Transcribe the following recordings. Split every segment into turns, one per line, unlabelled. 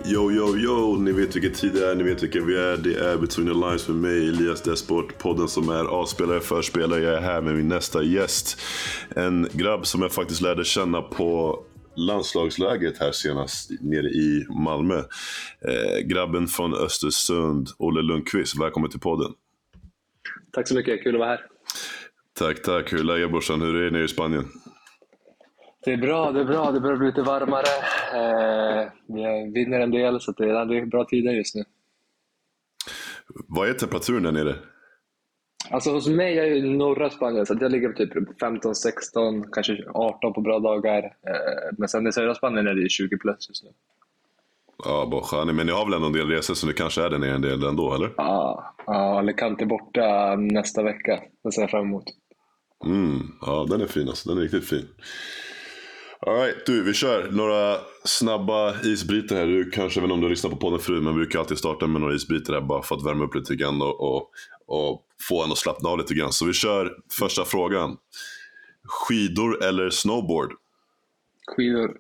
Yo, yo, yo, ni vet vilken tid det är, ni vet vilka vi är. Det är Between the Lines med mig, Elias Desport. Podden som är avspelare, förspelare. Jag är här med min nästa gäst. En grabb som jag faktiskt lärde känna på landslagsläget här senast nere i Malmö. Grabben från Östersund, Olle Lundqvist. Välkommen till podden.
Tack så mycket, kul att vara här.
Tack. Hur är läget brorsan? Hur är det nere i Spanien?
Det är bra. Det börjar bli lite varmare. Vi vinner en del, så det är bra tider just nu.
Vad är temperaturen där nere?
Alltså hos mig är jag i norra Spanien, så jag ligger på typ 15-16, kanske 18 på bra dagar. Men sen i södra Spanien är det 20 plus just nu.
Ja, bara skönt. Men ni har väl ändå en del resor, så det kanske är den en del ändå, eller?
Ja, Alicante borta nästa vecka. Det ser jag fram emot.
Ja, den är fin alltså. Den är riktigt fin. All right, du, vi kör några snabba isbrytare här. Du kanske, även om du lyssnar på podden förut, men vi brukar alltid starta med några isbrytare bara för att värma upp lite grann och få en att slappna av lite grann. Så vi kör första frågan. Skidor eller snowboard?
Skidor.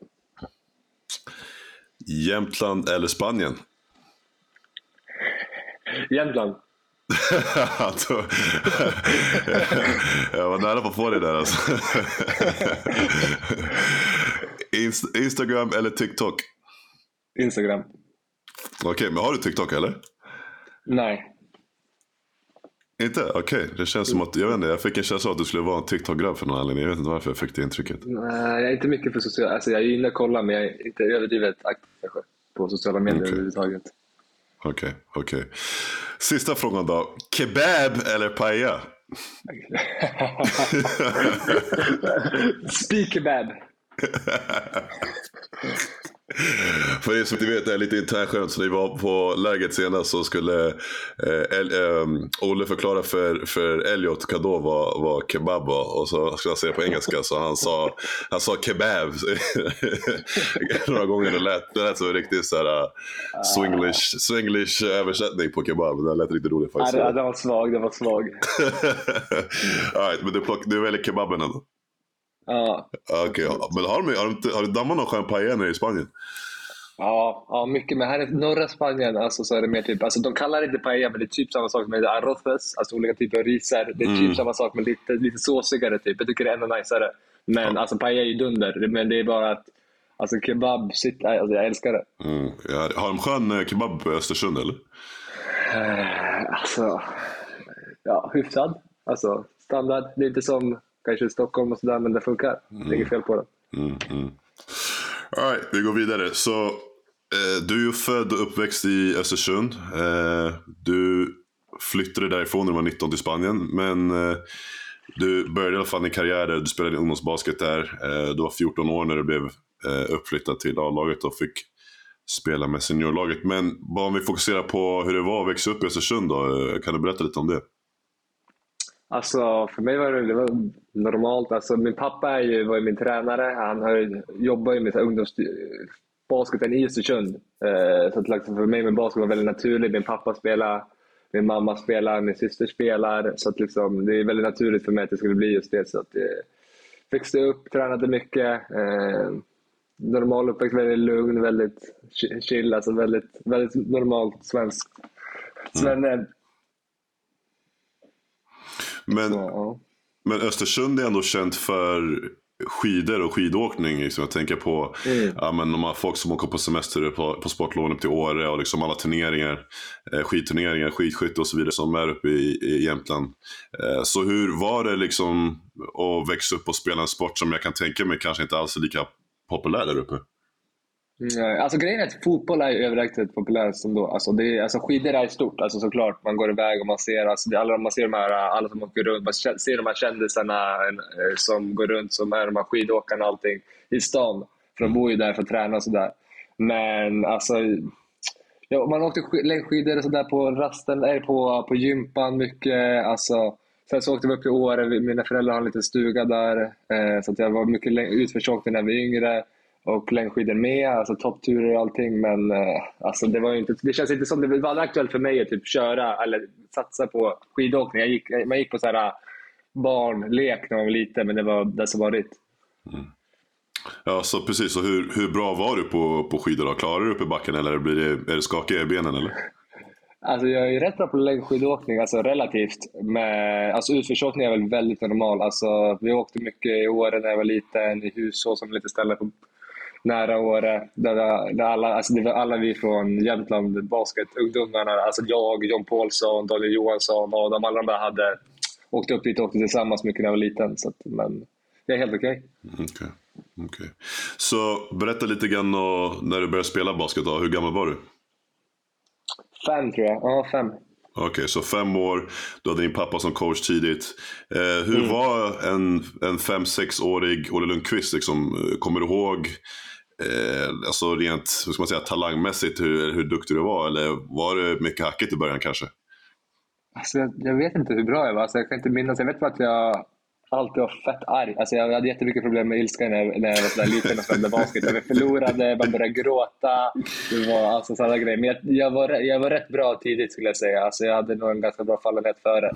Jämtland eller Spanien?
Jämtland.
Jag var nära på att få det där alltså. Instagram eller TikTok?
Instagram.
Okej, men har du TikTok eller?
Nej.
Inte? Okej. Det känns som att, jag vet inte, jag fick en känsla att du skulle vara en TikTok-grabb för någon anledning. Jag vet inte varför jag fick det intrycket.
Nej, jag är inte mycket för sociala, alltså jag är inne och kollar, men jag är inte överdrivet aktiv kanske på sociala medier överhuvudtaget.
Okej. Sista frågan då. Kebab eller paella?
Speak kebab.
För er som inte vet, det är lite internskönt. Så när vi var på läget senast så skulle Olle förklara för Elliot Kado vad kebab var. Och så skulle han säga på engelska, så han sa kebab några gånger. Det lät så riktigt så här swinglish översättning på kebab. Det lät riktigt roligt faktiskt.
Det var svag.
All right, men du väljer kebaben ändå?
Ja.
Okej, men har du dammat någon skön paella nere i Spanien?
Ja, mycket. Men här i norra Spanien alltså, så är det mer typ, alltså de kallar det inte paella, men det är typ samma sak med arroces, alltså olika typer av riser. Det är typ samma sak med lite såsigare typ. Jag tycker det är ännu najsare. Men alltså paella är ju dunder. Men det är bara att alltså kebab, alltså, jag älskar det.
Ja, har de skön kebab på Östersund eller?
Alltså, ja, hyfsad. Alltså, standard. Det är inte som kanske Stockholm och sådär, men det funkar. Det är inget fel på det.
All right, vi går vidare. Så du är ju född och uppväxt i Östersund. Du flyttade därifrån när du var 19 till Spanien. Men du började i alla fall din karriär där. Du spelade ungdomsbasket där. Du var 14 år när du blev uppflyttad till A-laget och fick spela med seniorlaget. Men bara om vi fokuserar på hur det var att växa upp i Östersund då. Kan du berätta lite om det?
Alltså för mig var det normalt. Alltså, min pappa var ju min tränare. Han jobbar ju med ungdomsbasketen i Östersund. Så att för mig med basket var väldigt naturligt. Min pappa spelar, min mamma spelar, min syster spelar. Så att liksom, det är väldigt naturligt för mig att det skulle bli just det. Så att jag växte upp, tränade mycket. Normal uppväxt, väldigt lugn, väldigt chill. Alltså väldigt, väldigt normalt svensk.
Men Östersund är ändå känt för skidor och skidåkning. Liksom. Jag tänker på men de har folk som åker på semester på sportlån upp till Åre och liksom alla turneringar, skidturneringar, skidskytte och så vidare som är uppe i Jämtland. Så hur var det liksom att växa upp och spela en sport som jag kan tänka mig kanske inte alls är lika populär där uppe?
Alltså grejen är att fotboll är överräktigt populärt som då. Alltså skidor är stort, alltså såklart. Man går iväg och man ser, man ser de här, alla som åker runt. Man ser de här kändisarna som går runt, som är de här skidåkarna och allting i stan. För de bor ju där för att träna och sådär. Men alltså, man åkte längdskidor och sådär på rasten, på gympan mycket. Alltså, sen så åkte vi upp till Åre. Mina föräldrar har en liten stuga där. Så att jag var mycket utförsåkning när vi var yngre. Och längdskidor med, alltså toppturer och allting. Men alltså det känns inte som det var aktuellt för mig att typ köra eller satsa på skidåkning. Man gick på så här barnlek när man var liten, men det var det som var ditt.
Ja, så precis. Så hur bra var du på skidor då? Klarar du upp i backen eller är det skakiga i benen eller?
Alltså jag är rätt bra på längdskidåkning, alltså relativt. Men alltså utförsåkning är väl väldigt normal. Alltså, vi åkte mycket i Åre när jag var liten, i Huså som lite ställe på nära Åre. Där alla, alltså det var alla vi från Jämtland basketungdomarna, alltså jag, John Paulsson, Daniel Johansson och alla de där hade åkt upp dit och åkte tillsammans mycket när jag var liten. Så att, men det är helt okej.
Okej. Så berätta lite grann när du började spela basket då. Hur gammal var du?
5 tror jag. Ja, 5.
Okej, så 5 år. Du hade din pappa som coach tidigt. Hur var en 5-6-årig Olle Lundqvist? Liksom, kommer du ihåg alltså rent, hur ska man säga, talangmässigt hur duktig du var? Eller var det mycket hackigt i början kanske?
Alltså, jag vet inte hur bra jag var. Alltså, jag kan inte minnas. Jag vet bara att jag alltid var fett arg. Alltså, jag hade jättemycket problem med ilska när jag var så där liten och spelade basket. Jag förlorade, man började gråta. Det var alltså sådana grejer. Men jag var rätt bra tidigt skulle jag säga. Alltså, jag hade nog en ganska bra fallenhet före.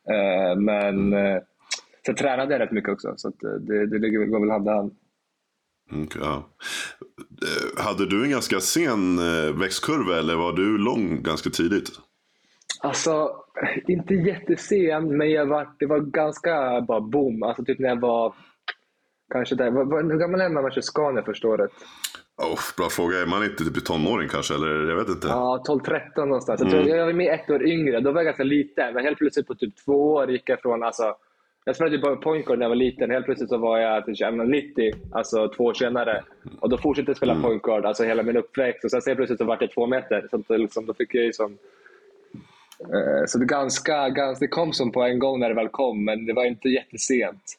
Så tränade jag rätt mycket också. Så att det går väl hand i hand.
Okay, ja. Hade du en ganska sen växtkurva eller var du lång ganska tidigt?
Alltså, inte jättesen, men det var ganska bara boom. Alltså typ när jag var kanske där. Hur gammal är man kör Scania första året?
Bra fråga. Är man inte typ tonåring kanske? Eller jag vet inte.
Ja, 12-13 någonstans. Jag var med 1 år yngre. Då var jag ganska liten. Men helt plötsligt på typ 2 år gick jag från... Alltså, jag spelade ju bara point guard när jag var liten. Helt plötsligt så var jag till 90, alltså 2 år senare. Och då fortsatte jag spela point guard, alltså hela min uppväxt. Och sen plötsligt så var det 2 meter. Så liksom, då fick jag ju som... Så det kom som på en gång när det väl kom, men det var inte jättesent.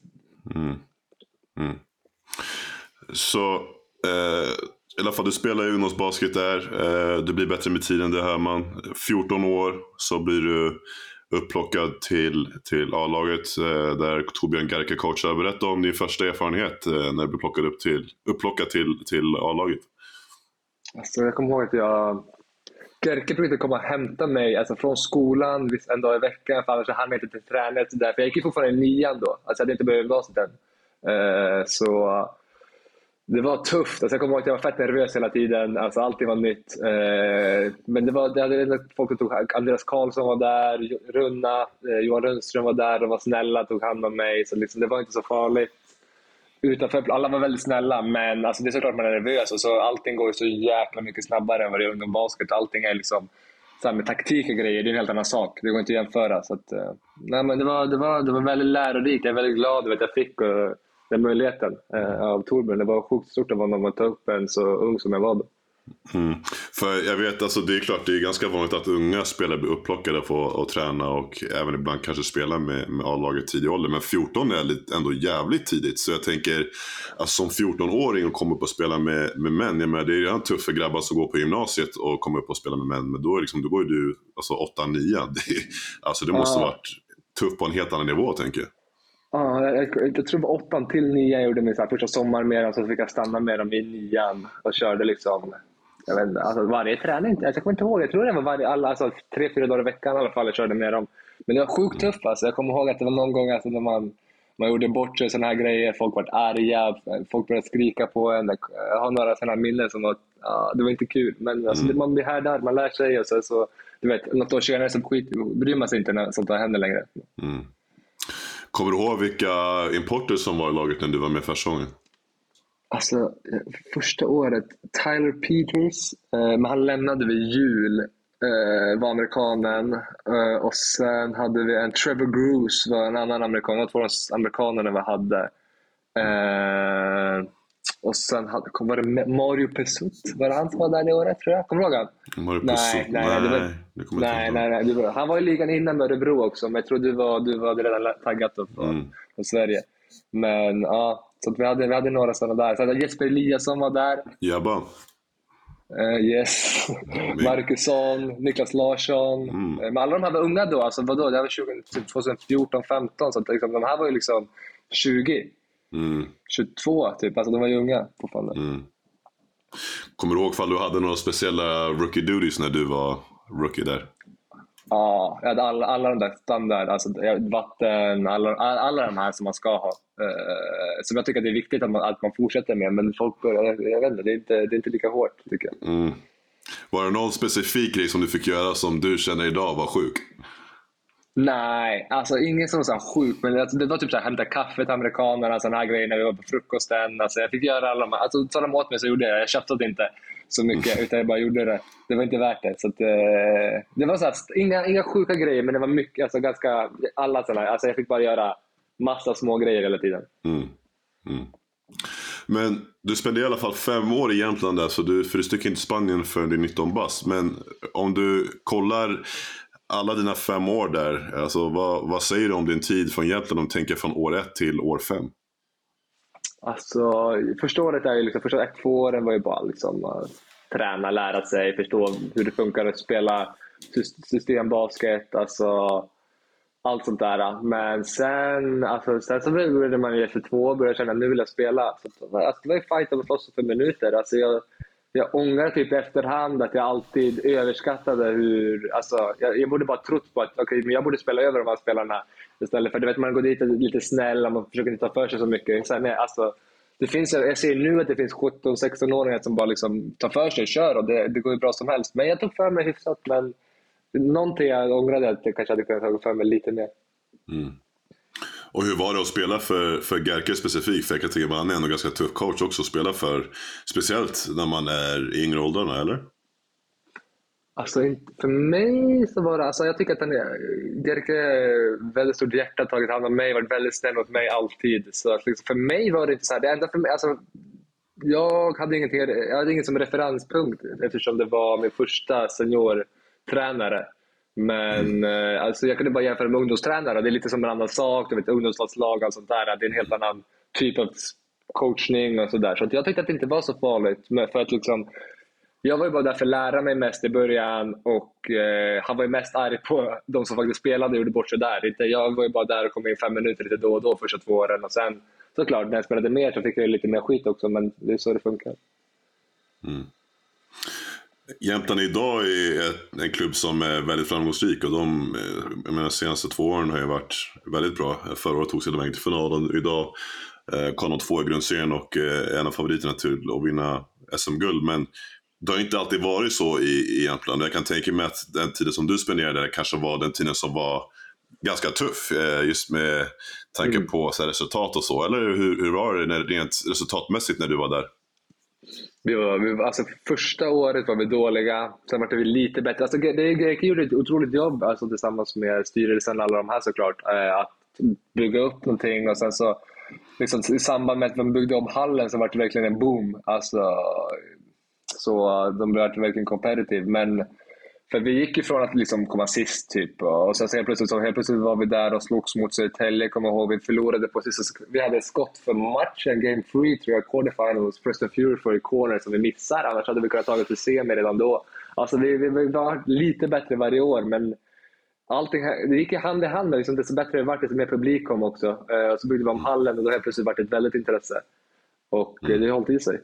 Så i alla fall, du spelar ju ungdomsbasket där. Du blir bättre med tiden, det hör man. 14 år så blir du upplockad till A-laget där Torbjörn Gerke coachar. Berätta om din första erfarenhet när du blev upplockad till A-laget.
Alltså, jag kommer ihåg att Gerke brukade komma och hämta mig alltså från skolan en dag i veckan, för annars hann jag inte till tränet. För jag gick ju fortfarande i 9 då, alltså jag hade inte börjat gymnasiet än. Så det var tufft. Alltså jag kommer ihåg att jag var fett nervös hela tiden. Alltså allting var nytt. Men det hade folk som tog, Andreas Karlsson var där, Johan Rundström var där, de var snälla, tog hand om mig. Så liksom, det var inte så farligt. Utanför, alla var väldigt snälla, men alltså det är såklart man är nervös. Och så allting går ju så jäkla mycket snabbare än vad det gör inom basket. Allting är liksom så här med taktik och grejer, det är en helt annan sak. Det går inte att jämföra. Så att, nej, men det var väldigt lärorikt. Jag är väldigt glad att jag fick den möjligheten av Torbjörn. Det var sjukt stort av honom att ta upp en så ung som jag var då.
För jag vet, alltså det är klart, det är ganska vanligt att unga spelare blir upplockade på att träna och även ibland kanske spela med A-laget tidig ålder. Men 14 är ändå jävligt tidigt. Så jag tänker, alltså, som 14-åring och komma upp och spela med män. Jag menar, det är redan tufft för grabbar som går på gymnasiet och kommer upp och spela med män. Men då går ju du alltså 8-9. Alltså det måste varit tufft på en helt annan nivå, tänker jag.
Ja, jag tror att 8 till 9 jag gjorde min första sommar med dem, så fick jag stanna med dem i 9 och körde liksom, jag vet inte, alltså varje träning, jag kommer inte ihåg, jag tror det var alltså 3-4 dagar i veckan i alla fall jag körde med dem. Men det var sjukt tufft alltså. Jag kommer ihåg att det var någon gång alltså, när man gjorde bort sig sådana här grejer, folk var arga, folk började skrika på en. Jag har några sådana minnen som var, det var inte kul, men alltså, man blir här där, man lär sig och så du vet, något år senare så bryr man sig inte när sånt här händer längre.
Kommer du ihåg vilka importer som var i laget när du var med första gången?
Alltså, första året, Tyler Peters, men han lämnade vid jul, var amerikanen. Och sen hade vi en Trevor Bruce, var en annan amerikan. Det var 2 amerikanerna vi hade. Och sen var det Mario Pesut. Var det han som var där i året, tror jag? Kommer du ihåg han?
Mario Pesut?
Nej. Han var i ligan innan med Örebro också. Men jag tror du var redan taggat upp på Sverige. Men ja, så vi hade några sådana där. Så Jesper Eliasson var där.
Jabba.
Yes. Marcusson, Niklas Larsson. Men alla de här var unga då. Alltså vadå? Det var 2014-15. Så liksom, de här var ju liksom 20. 22 typ. Alltså de var ju unga fortfarande.
Kommer du ihåg ifall du hade några speciella rookie duties när du var rookie där?
Ja, jag hade alla de där standard, alltså vatten, alla de här som man ska ha. Så jag tycker att det är viktigt att man fortsätter med, men folk börjar, jag vet inte, det är inte lika hårt tycker jag.
Var det någon specifik grej som du fick göra som du känner idag var sjuk?
Nej, alltså ingen som var så här sjuk, men alltså, det var typ så här, hämta kaffe till amerikanerna, sådana här grejer när vi var på frukosten. Alltså, jag fick göra alla de här, alltså så de åt mig så gjorde jag det. Jag köpte inte så mycket, utan jag bara gjorde det. Det var inte värt det. Så att, det var så här, inga sjuka grejer, men det var mycket, alltså ganska, alla sådana, alltså jag fick bara göra massa små grejer hela tiden.
Men du spenderade i alla fall 5 år i Jämtland där, så för du sticker inte till Spanien förrän du är 19 bast. Men om du kollar alla dina 5 år där, alltså vad säger du om din tid från Jämtland om du tänker från år 1 till år 5?
Alltså, första året är ju liksom, första 1-2 åren var ju bara liksom träna, lära sig, förstå hur det funkar att spela systembasket, alltså allt sånt där. Men sen så började man ju efter 2 år börja känna att nu vill jag spela. Så, alltså, det var ju fight över slåss för minuter. Alltså, jag ångrar typ efterhand att jag alltid överskattade hur, alltså jag borde bara trott på att men jag borde spela över de här spelarna istället för, du vet, man går dit lite snäll och man försöker inte ta för sig så mycket. Så, nej, alltså, jag ser nu att det finns 17-16-åringar som bara liksom tar för sig och kör, och det går ju bra som helst. Men jag tog för mig hyfsat, men någonting jag ångrade att jag kanske hade kunnat ta för mig lite mer.
Och hur var det att spela för Gerke specifikt? För jag kan tänka mig att han är en ganska tuff coach också att spela för. Speciellt när man är i yngre åldrarna, eller?
Alltså för mig så var det, alltså jag tycker att Gerke är väldigt stort hjärta, tagit hand om mig, varit väldigt snäll mot mig alltid. Så att liksom, för mig var det inte så här, det enda för mig, alltså jag hade ingen som referenspunkt eftersom det var min första seniortränare. Men alltså jag kunde bara jämföra med ungdomstränare. Det är lite som en annan sak, du vet, ungdomslandslag och sånt där. Det är en helt annan typ av coachning och sådär. Så att jag tyckte att det inte var så farligt. Men för att liksom, jag var ju bara där för att lära mig mest i början, och han var ju mest arg på de som faktiskt spelade och gjorde bort sig där. Jag var ju bara där och kom in 5 minuter lite då och då första 2 åren. Och sen såklart när jag spelade mer så fick jag lite mer skit också, men det är så det funkar.
Jämtland idag är en klubb som är väldigt framgångsrik, och de senaste 2 åren har ju varit väldigt bra. Förra året tog sig de vägen till finalen. Idag kom de 2 i grundserien och en av favoriterna till att vinna SM-guld. Men det har inte alltid varit så i Jämtland. Jag kan tänka mig att den tiden som du spenderade kanske var den tiden som var ganska tuff, just med tanke på så här, resultat och så. Eller hur var det rent resultatmässigt när du var där?
Alltså, första året var vi dåliga, sen var vi lite bättre. Alltså, det gjorde ett otroligt jobb, alltså, tillsammans med styrelsen och alla de här såklart, att bygga upp någonting. Och sen så liksom, i samband med att de byggde om hallen så var det verkligen en boom. Alltså, så de blev verkligen competitive. Men för vi gick ifrån att liksom komma sist typ, och sen helt plötsligt var vi där och slogs mot Södertälje. Kommer ihåg, vi förlorade på sista. Vi hade skott för matchen, game 3 tror jag, quarterfinals, Preston Fury för i corner som vi missar. Annars hade vi kunnat ta till semi redan då. Alltså vi var lite bättre varje år, men det gick hand i hand. Liksom, desto bättre det var, desto mer publik kom också. Och så byggde vi om hallen, och då helt plötsligt var det ett väldigt intresse. Och det har hållit i sig.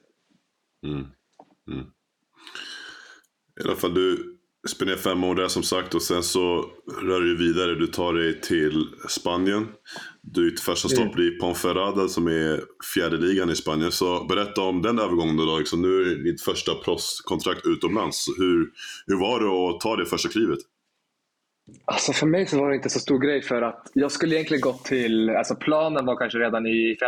I alla fall, du spenderar 5 år där som sagt, och sen så rör du vidare. Du tar dig till Spanien. Du är ett första stopp i Ponferrada som är 4:e ligan i Spanien. Så berätta om den övergången då. Liksom, nu är ditt första proffskontrakt utomlands. Hur var det att ta det första klivet?
Alltså för mig så var det inte så stor grej, för att jag skulle egentligen gått till, alltså planen var kanske redan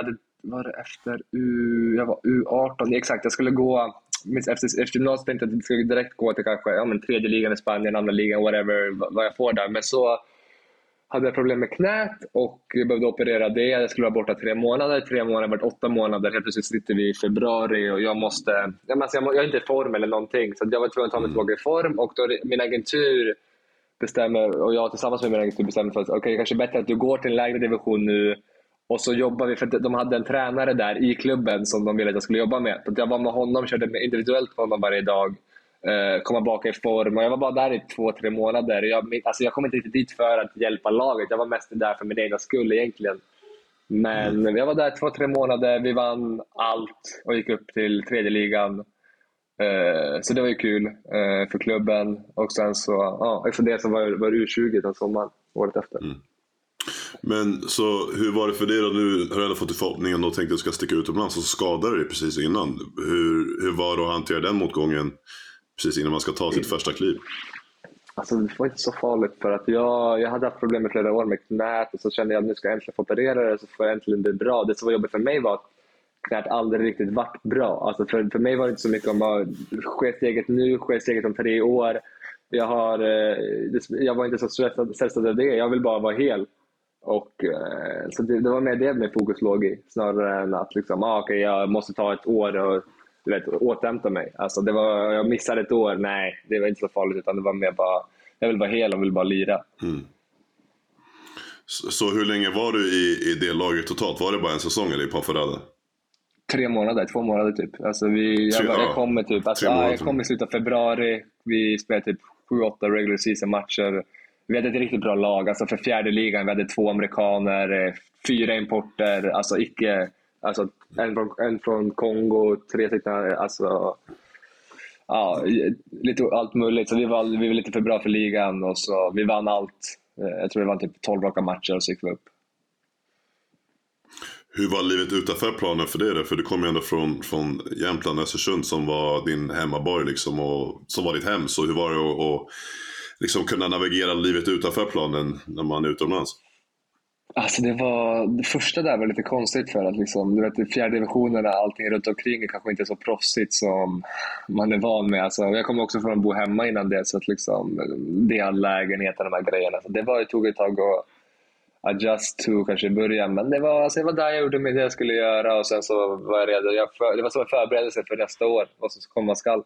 jag var U18, exakt, jag skulle gå efter gymnasiet, tänkte att jag skulle direkt gå till kanske 3:e ligan i Spanien, 2:a ligan, whatever, vad jag får där. Men så hade jag problem med knät och behövde operera det. Jag skulle vara borta 3 månader. 3 månader var 8 månader. Helt plötsligt sitter vi i februari och jag är inte i form eller någonting. Så jag var tvungen att ta mig tillbaka i form, och då min agentur bestämmer, och jag tillsammans med min agentur bestämmer för att okej, kanske bättre att du går till en lägre division nu. Och så jobbar vi, för de hade en tränare där i klubben som de ville att jag skulle jobba med. Så jag var med honom, körde individuellt med honom varje dag. Komma baka i form. Och jag var bara där i 2-3 månader. Jag kom inte riktigt dit för att hjälpa laget. Jag var mest där för min egna skull egentligen. Men jag var där 2-3 månader. Vi vann allt och gick upp till 3:e ligan. Så det var ju kul för klubben. Och sen så, efter det så var det U20 den sommaren, året efter.
Men så hur var det för dig då? Nu har du ändå fått i förhoppningen och tänkte att du ska sticka utomlands och så skadade dig precis innan. Hur var det att hantera den motgången precis innan man ska ta sitt första kliv?
Alltså det var inte så farligt för att jag hade haft problem med flera år med knät och så kände jag att nu ska jag äntligen få operera det så får jag äntligen bli bra. Det som var jobbigt för mig var att knät aldrig riktigt varit bra. Alltså för mig var det inte så mycket om att ske steget nu, ske steget om 3 år. Jag var inte så stressad av det. Jag vill bara vara hel. Och, så det var mer det med fokus låg i. Snarare än att liksom, jag måste ta ett år och återhämta mig. Alltså jag missade ett år. Nej, det var inte så farligt utan det var mer bara, jag vill vara hel och vill bara lira.
Så hur länge var du i det laget totalt? Var det bara en säsong eller i Ponferrada?
2 månader typ. Alltså jag kommer typ, jag kom i slutet av februari. Vi spelade typ 7-8 regular season matcher. Vi hade ett riktigt bra lag. Alltså för 4:e ligan, vi hade 2 amerikaner, 4 importer, en från Kongo, 3 stycken, lite allt möjligt. Så vi var lite för bra för ligan och så vi vann allt. Jag tror det var typ 12 raka matcher och så gick vi upp.
Hur var livet utanför planen för dig? För du kom ju ändå från Jämtland, Östersund som var din hemmaborg liksom, och som var ditt hem. Så hur var det att liksom kunna navigera livet utanför planen när man är utomlands?
Alltså det första där var lite konstigt för att liksom, du vet, i 4:e divisionerna, allting runt omkring är kanske inte så proffsigt som man är van med. Alltså, jag kom också från att bo hemma innan det, så att liksom, det lägenheten och de här grejerna. Så det tog ett tag att adjust to kanske i början, men det var där jag gjorde med det jag skulle göra och sen så var jag redo. Det var som en förberedelse för nästa år och så komma skall.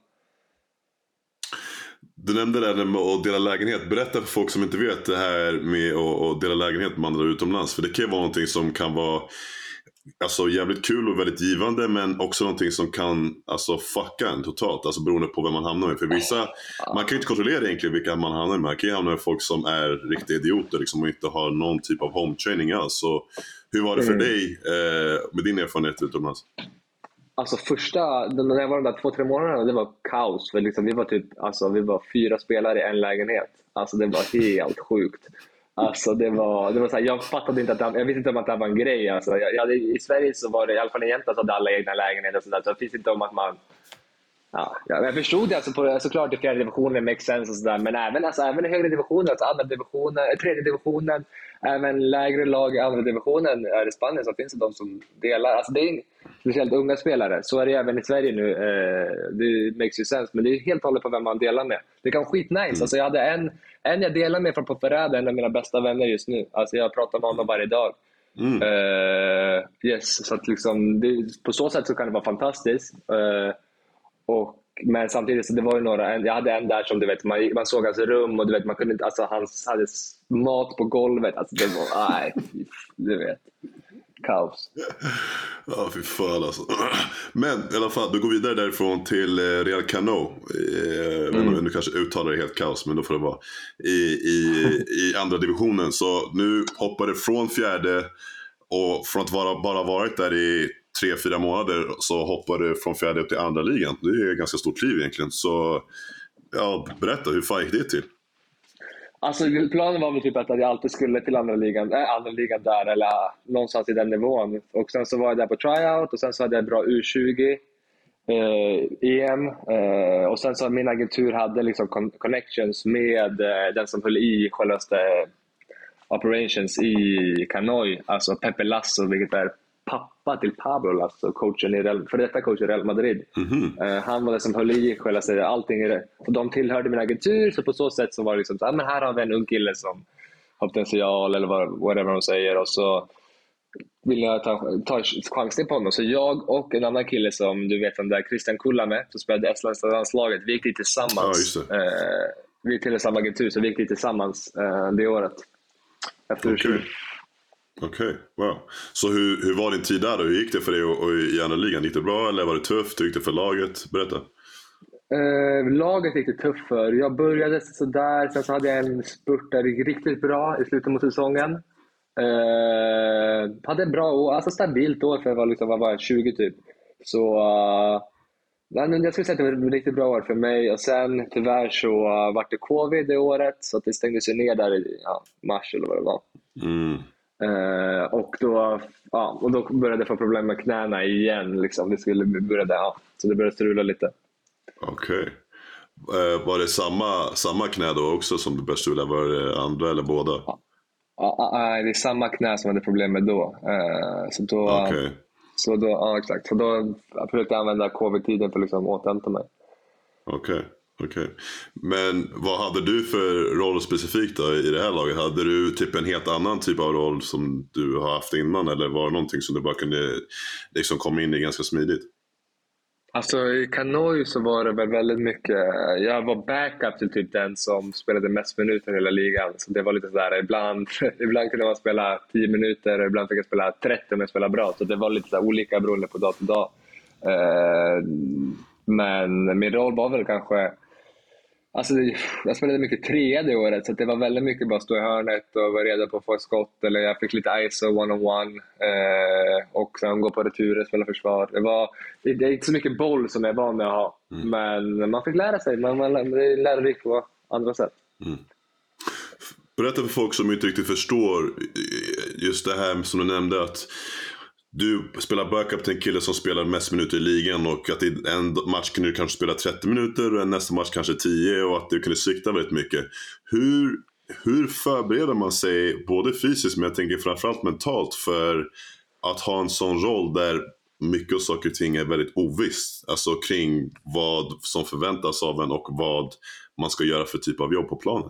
Du nämnde det där med att dela lägenhet. Berätta för folk som inte vet det här med att dela lägenhet med andra utomlands. För det kan vara någonting som kan vara jävligt kul och väldigt givande, men också någonting som kan fucka en totalt. Alltså beroende på vem man hamnar med. För vissa, man kan inte kontrollera egentligen vilka man hamnar med. Man kan ju hamna med folk som är riktiga idioter liksom, och inte har någon typ av home training alls. Så hur var det för dig med din erfarenhet utomlands?
Alltså när jag var de där 2-3 månaderna, det var kaos. För liksom, vi var 4 spelare i en lägenhet. Alltså det var helt sjukt. Alltså det var så här, jag fattade inte jag visste inte om att det var en grej. Alltså, i Sverige så var det, i alla fall i Jämtland, så hade alla egna lägenheter och sådär. Så det finns inte om att man... jag förstod det såklart i 4:e divisionen, makes sense och sådär. Men även i högre divisioner, alltså andra divisionen, 3:e divisionen, även lägre lag i andra divisionen är i Spanien, så finns det de som delar. Alltså det är speciellt unga spelare. Så är det även i Sverige nu. Det makes you sense. Men det är helt hållet på vem man delar med. Det kan vara skitnice. Alltså jag hade en jag delar med från Ponferrada, en av mina bästa vänner just nu. Alltså jag pratar med honom varje dag. Yes, så att liksom, på så sätt så kan det vara fantastiskt. Men samtidigt så det var ju jag hade en där som du vet, man såg hans rum och du vet, man kunde inte, alltså han hade mat på golvet, alltså det var du vet, kaos.
Ja, fy fan alltså. Men i alla fall, du går vidare därifrån till Real Cano. Nu kanske uttalar det helt kaos, men då får det vara i andra divisionen. Så nu hoppar det från 4:e, och från att bara varit där i 3-4 månader så hoppar du från 4:e upp till andra ligan. Det är ett ganska stort kliv egentligen. Så berätta, hur fan gick det till?
Alltså planen var väl typ att jag alltid skulle till andra ligan där, eller någonstans i den nivån. Och sen så var jag där på tryout och sen så hade jag bra U20 EM, och sen så min agentur hade liksom connections med den som höll i självaste operations i Canoy, alltså Pepe Lasso, vilket är pappa till Pablo Lasso, för detta coach i Real Madrid. Han var det som höll i själva allting i det. Och de tillhörde min agentur, så på så sätt så var det liksom så, men här har vi en ung kille som har potential eller whatever de säger, och så vill jag ta chansen på honom. Så jag och en annan kille som du vet om där, Christian Kullamäe, som spelade estländska landslaget, vi gick dit tillsammans. Vi tillhörde samma agentur, så vi gick dit tillsammans det året efter
Okej, wow. Så hur var din tid där då? Hur gick det för dig och i andra ligan? Gick det bra eller var det tufft? Hur gick det för laget? Berätta.
Laget gick det tufft för. Jag började sådär, sen så hade jag en spurt där det gick riktigt bra i slutet mot säsongen. Hade en bra år, alltså stabilt år för jag var 20 typ. Så Jag skulle säga att det var ett riktigt bra år för mig. Och sen tyvärr så var det covid det året. Så att det stängdes ju ner där i mars eller vad det var. Och då började jag få problem med knäna igen. Liksom. Så det började strula lite.
Okej. Var det samma knä då också som du började strula? Var det andra eller båda?
Det är samma knä som hade problem med då.
Okej.
Exakt. Så då försökte jag använda covid-tiden för att liksom återhämta mig.
Okej. Men vad hade du för roll specifikt då i det här laget? Hade du typ en helt annan typ av roll som du har haft innan? Eller var det någonting som du bara kunde liksom komma in i ganska smidigt?
Alltså i Hanoi så var det väl väldigt mycket. Jag var backup till typ den som spelade mest minuter i hela ligan. Så det var lite sådär, ibland kunde man spela 10 minuter och ibland fick jag spela 30 om jag spelade bra. Så det var lite så olika beroende på dag till dag. Men min roll var väl kanske... Alltså jag spelade mycket trea det året, så det var väldigt mycket bara stå i hörnet och vara redo på att få ett skott. Eller jag fick lite ISO one-on-one och sen gå på returer, spela försvar. Det är inte så mycket boll som jag är van med att ha. Men man fick lära sig, man lärde på andra sätt.
Berätta för folk som inte riktigt förstår just det här som du nämnde, att du spelar backup till en kille som spelar mest minuter i ligan, och att i en match kunde du kanske spela 30 minuter och nästa match kanske 10, och att du kunde svikta väldigt mycket. Hur förbereder man sig både fysiskt, men jag tänker framförallt mentalt, för att ha en sån roll där mycket av saker och ting är väldigt ovisst, alltså kring vad som förväntas av en och vad man ska göra för typ av jobb på planen?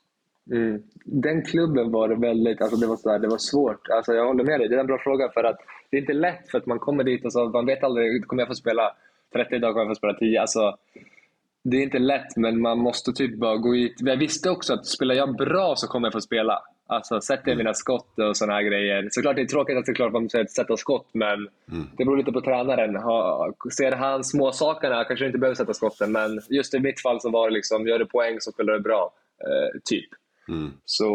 Den klubben var det väldigt, alltså det var svårt. Alltså jag håller med dig, det är en bra fråga, för att det är inte lätt, för att man kommer dit och så man vet aldrig, kommer jag få spela 30 dagar, kommer jag få spela 10. Alltså det är inte lätt, men man måste typ bara gå hit. Jag visste också att spelar jag bra så kommer jag få spela. Alltså sätter jag mina skott och såna här grejer. Såklart det är tråkigt att såklart man måste sätta skott, men det beror lite på tränaren. Ser han små sakerna kanske inte behöver sätta skotten, men just i mitt fall så var det liksom, gör du poäng så spelar du bra, typ. Så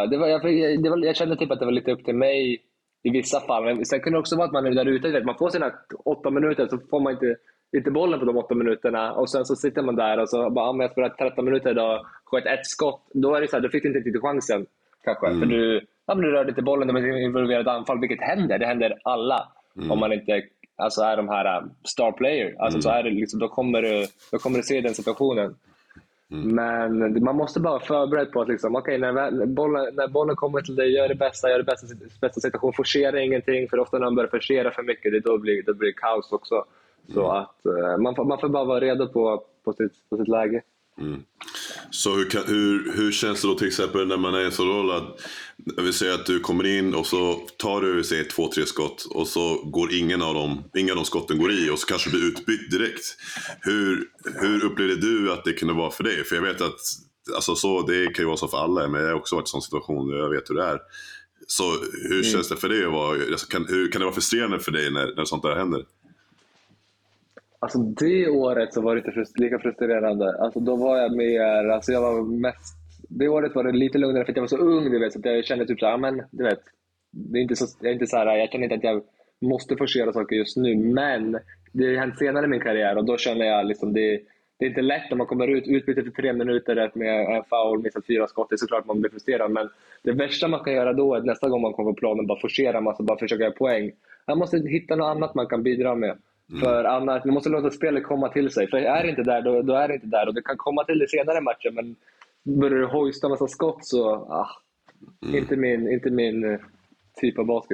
jag kände typ att det var lite upp till mig i vissa fall. Men sen kunde det också vara att man är där ute, man får sina 8 minuter, så får man inte bollen på de 8 minuterna, och sen så sitter man där och så bara, om jag spelar 13 minuter idag, sköt ett skott, då är det så här, då fick du inte riktigt chansen kanske, för du rörde inte bollen när man är involverad i anfall, vilket det händer alla om man inte är de här star player, alltså så är det liksom, då kommer du se den situationen. Men man måste bara vara förberedd på att liksom, när bollen kommer till dig, gör det bästa situation, forcera ingenting, för ofta när man börjar forcera för mycket, då blir det kaos också. Så att man får bara vara redo på sitt läge.
Så hur känns det då till exempel när man är i en sån roll att, jag vill säga att du kommer in och så tar du 2-3 skott och så går inga av de skotten går i, och så kanske du blir utbytt direkt. Hur upplevde du att det kunde vara för dig? För jag vet att alltså, så, det kan ju vara så för alla, men jag har också varit i en sån situation och jag vet hur det är. Så hur känns det för dig att vara, kan det vara frustrerande för dig när sånt där händer?
Alltså det året så var det inte lika frustrerande. Alltså då var jag mer, alltså jag var mest, det året var det lite lugnare för att jag var så ung, du vet, så att jag kände typ så här, men du vet, det är inte så, jag känner inte att jag måste forcera saker just nu, men det har hänt senare i min karriär, och då känner jag liksom det är inte lätt när man kommer utbyte för 3 minuter med en foul, missat 4 skott, det är såklart man blir frustrerad, men det värsta man kan göra då är att nästa gång man kommer på planen bara forcera, man ska bara försöka göra poäng. Man måste hitta något annat man kan bidra med. För annars, man måste låta spelet komma till sig. För är det inte där, då är det inte där. Och det kan komma till det senare i matchen, men börjar du hojsta massa skott så inte min typ av basket.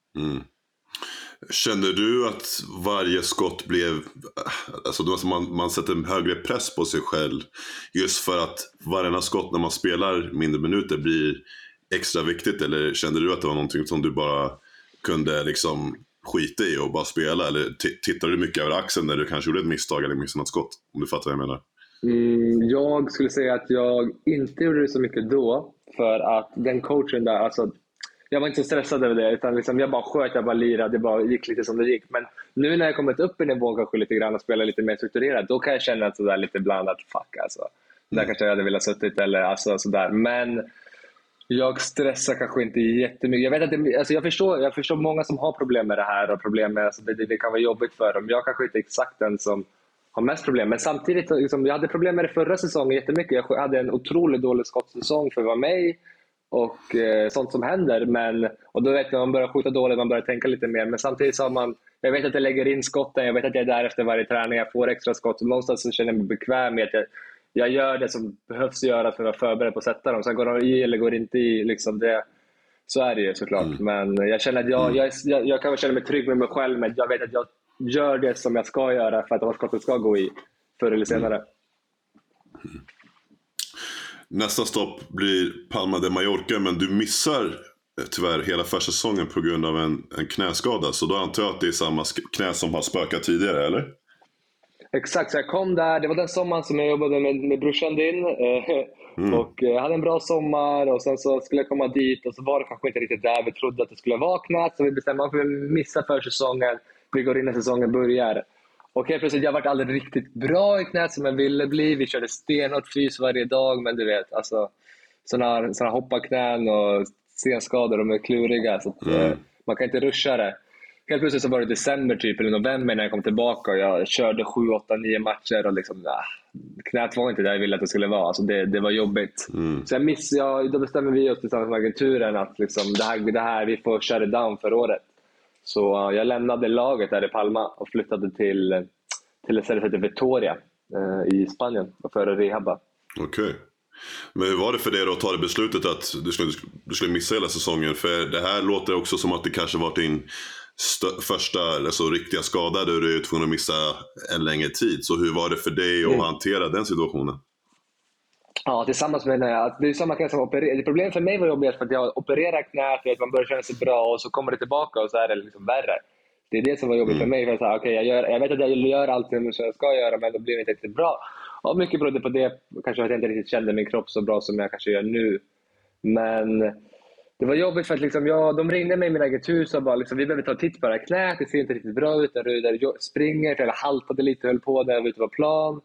Kände du att varje skott blev, alltså man sätter en högre press på sig själv just för att varje skott när man spelar mindre minuter blir extra viktigt, eller kände du att det var någonting som du bara kunde liksom skita i och bara spela, eller tittade du mycket över axeln när du kanske gjorde ett misstag eller missade något skott, om du fattar vad jag menar?
Jag skulle säga att jag inte gjorde det så mycket då, för att den coachen där, alltså jag var inte så stressad över det, utan liksom jag bara sköt, jag bara lirade, det bara gick lite som det gick. Men nu när jag kommit upp i nivån kanske lite grann och spelar lite mer strukturerat, då kan jag känna att sådär lite blandat, fuck alltså. Där kanske jag hade velat suttit eller alltså sådär. Men jag stressar kanske inte jättemycket. Jag vet att alltså jag förstår många som har problem med det här och problem med, alltså det kan vara jobbigt för dem. Jag kanske inte exakt den som har mest problem. Men samtidigt, liksom, jag hade problem med det förra säsongen jättemycket. Jag hade en otroligt dålig skottsäsong för att vara mig och sånt som händer. Och då vet jag, man börjar skjuta dåligt, man börjar tänka lite mer. Men samtidigt så har jag vet att jag lägger in skotten, jag vet att jag är där efter varje träning, jag får extra skott. Så någonstans så känner jag mig bekväm med att jag gör det som behövs göra för att vara förberedd på att sätta dem. Sen går de i eller går inte i. Liksom det, så är det ju såklart. Men jag känner att jag kan känna mig trygg med mig själv. Men jag vet att jag gör det som jag ska göra för att skottet ska gå i förr eller senare.
Nästa stopp blir Palma de Mallorca, men du missar tyvärr hela försäsongen på grund av en knäskada. Så då antar jag att det är samma knä som har spökat tidigare, eller?
Exakt, så jag kom där. Det var den sommaren som jag jobbade med brorsan din. Och jag hade en bra sommar och sen så skulle jag komma dit och så var det kanske inte riktigt där vi trodde att det skulle vara knät. Så vi bestämde oss för att missa försäsongen. Vi går in när säsongen börjar. Och helt plötsligt, jag varit aldrig riktigt bra i knät som jag ville bli. Vi körde stenhårt fys varje dag, men du vet, alltså såna hopparknän och senskador, de är kluriga. Så att, man kan inte ruscha det. Helt plötsligt så var det december typ, eller november när jag kom tillbaka och jag körde 7, 8, 9 matcher och liksom, knät var inte där jag ville att det skulle vara. Alltså det var jobbigt. Så då bestämde vi oss tillsammans med agenturen att liksom, det här, vi får köra down för året. Så jag lämnade laget där i Palma och flyttade till ett ställe som heter Vitoria i Spanien och för att rehabba.
Okej. Men hur var det för dig då att ta det beslutet att du skulle missa hela säsongen? För det här låter också som att det kanske var din första riktiga skada där du är tvungen att missa en längre tid. Så hur var det för dig att hantera den situationen?
Ja, tillsammans med det är samma knä som opererar. Problemet för mig var jobbigt för att jag opererar knät och att man börjar känna sig bra och så kommer det tillbaka och så är det liksom värre. Det är det som var jobbigt för mig. För att jag vet att jag gör allt som jag ska göra, men då blir det inte riktigt bra. Och mycket berodde på det. Kanske att jag inte riktigt kände min kropp så bra som jag kanske gör nu. Men det var jobbigt för att liksom, de ringde mig i min agentur och bara liksom, vi behöver ta en titt på det här knät. Det ser inte riktigt bra ut när du springer. För jag haltade lite och höll på när jag var ute på plan.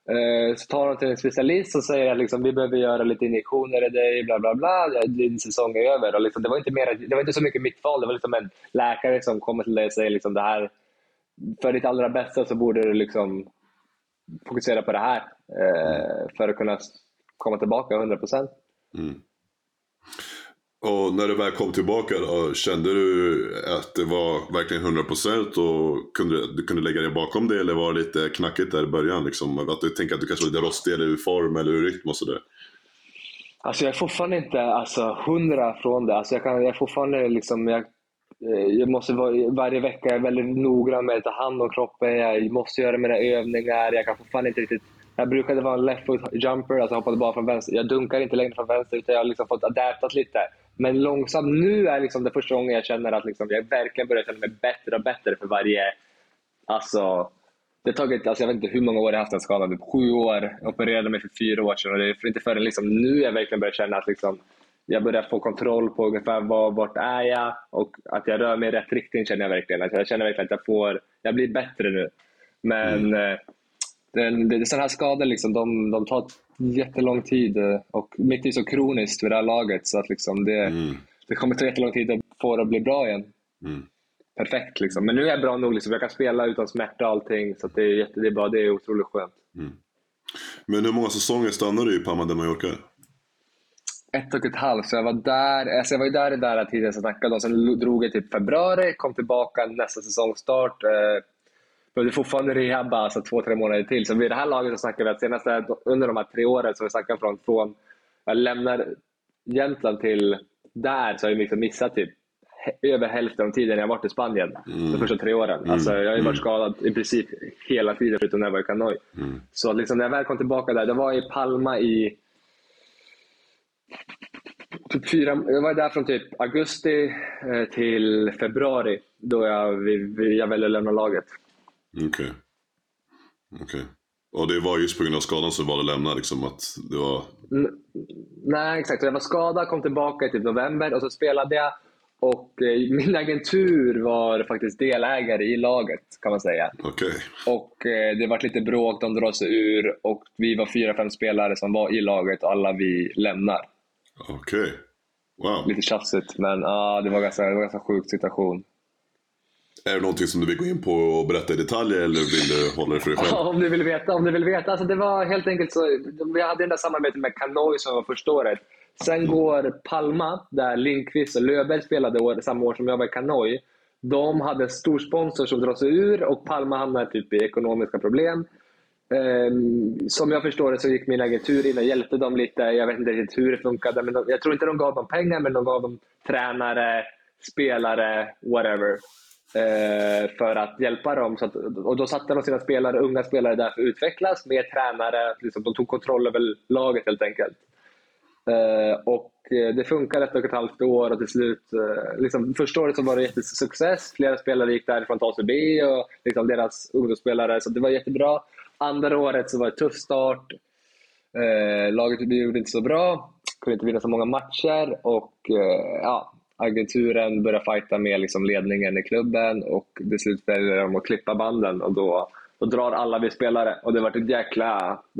Så tar de till en specialist och säger att liksom, vi behöver göra lite injektioner i dig, bla bla bla. Din säsong är över. Och liksom, det var inte så mycket mitt val. Det var liksom en läkare som kommer till dig och säger liksom, det här, för ditt allra bästa så borde du liksom fokusera på det här för att kunna komma tillbaka 100%.
Och när du väl kom tillbaka då, kände du att det var verkligen 100% och du kunde lägga dig bakom det, eller var det lite knackigt där i början liksom? Att du tänker att du kanske var lite rostig eller ur form eller ur rytm och sådär?
Alltså jag är fortfarande inte 100 från det. Alltså jag är fortfarande liksom, jag måste varje vecka är väldigt noggrann med att ta hand om kroppen. Jag måste göra mina övningar. Jag kan fortfarande inte riktigt. Jag brukade vara en left foot jumper, alltså hoppade bara från vänster. Jag dunkar inte längre från vänster, utan jag har liksom fått adaptat lite. Men långsamt, nu är liksom det första gången jag känner att liksom jag verkligen börjar känna mig bättre och bättre för varje. Alltså, det har tagit, alltså jag vet inte hur många år jag har haft en skada. 7 år, jag opererade mig för 4 år sedan. Och det är inte förrän liksom nu jag verkligen börjar känna att liksom jag börjar få kontroll på ungefär vart är jag. Och att jag rör mig i rätt riktning känner jag verkligen. Alltså jag känner verkligen att jag blir bättre nu. Men sådana här skador liksom, de tar jättelång tid. Och mitt är så kroniskt vid det här laget. Så att liksom det kommer ta jättelång tid att få det att bli bra igen. Perfekt liksom. Men nu är jag bra nog liksom. Jag kan spela utan smärta och allting. Så att det är bra, det är otroligt skönt.
Men hur många säsonger stannade du i Palma de Mallorca?
1,5. Så jag var där. Alltså jag var ju där tiden som snackade om. Sen drog jag typ februari. Kom tillbaka nästa säsongstart. Behövde fortfarande rehabba, alltså 2-3 månader till. Så vid det här laget så snackar vi att senaste under de här 3 åren så vi snackar från jag lämnar Jämtland till där, så har jag liksom missat typ över hälften av tiden jag varit i Spanien de första 3 åren. Alltså jag har ju varit skadad i princip hela tiden förutom när jag var i Hanoi. Så liksom när jag väl kom tillbaka där, då var jag i Palma i typ 4. Jag var där från typ augusti till februari då jag ville lämna laget.
Okej. Och det var just på grund av skadan som var det lämna liksom, att det var...
Nej, exakt. Jag var skadad, kom tillbaka i typ november och så spelade jag. Och min agentur var faktiskt delägare i laget, kan man säga.
Okej.
Och det var lite bråk, de drar sig ur. Och vi var 4-5 spelare som var i laget och alla vi lämnar.
Okej. Wow.
Lite tjafsigt, men det var ganska sjuk situation.
Är det någonting som du vill gå in på och berätta i detaljer eller vill du hålla det för dig själv?
Om du vill veta. Alltså det var helt enkelt så, vi hade det där samarbetet med Kanoj som var första året. Sen går Palma, där Lindqvist och Löfberg spelade samma år som jag var i Kanoj. De hade en stor sponsor som drar sig ur och Palma hamnade typ i ekonomiska problem. Som jag förstår det så gick min agentur in och hjälpte dem lite. Jag vet inte riktigt hur det funkade, men jag tror inte de gav dem pengar, men de gav dem tränare, spelare, whatever, för att hjälpa dem. Så att, och då satte de sina spelare, unga spelare där för att utvecklas med tränare. Liksom, de tog kontroll över laget helt enkelt. Och det funkar 1,5 år och till slut, liksom, första året så var det jättesuccess. Flera spelare gick därifrån till ACB och liksom deras ungdomsspelare, så det var jättebra. Andra året så var det tuff start. Laget gjorde inte så bra, kunde inte vinna så många matcher och agenturen började fighta med liksom ledningen i klubben och till slut väljer de att klippa banden och då drar alla vi spelare och det var ett jäkla det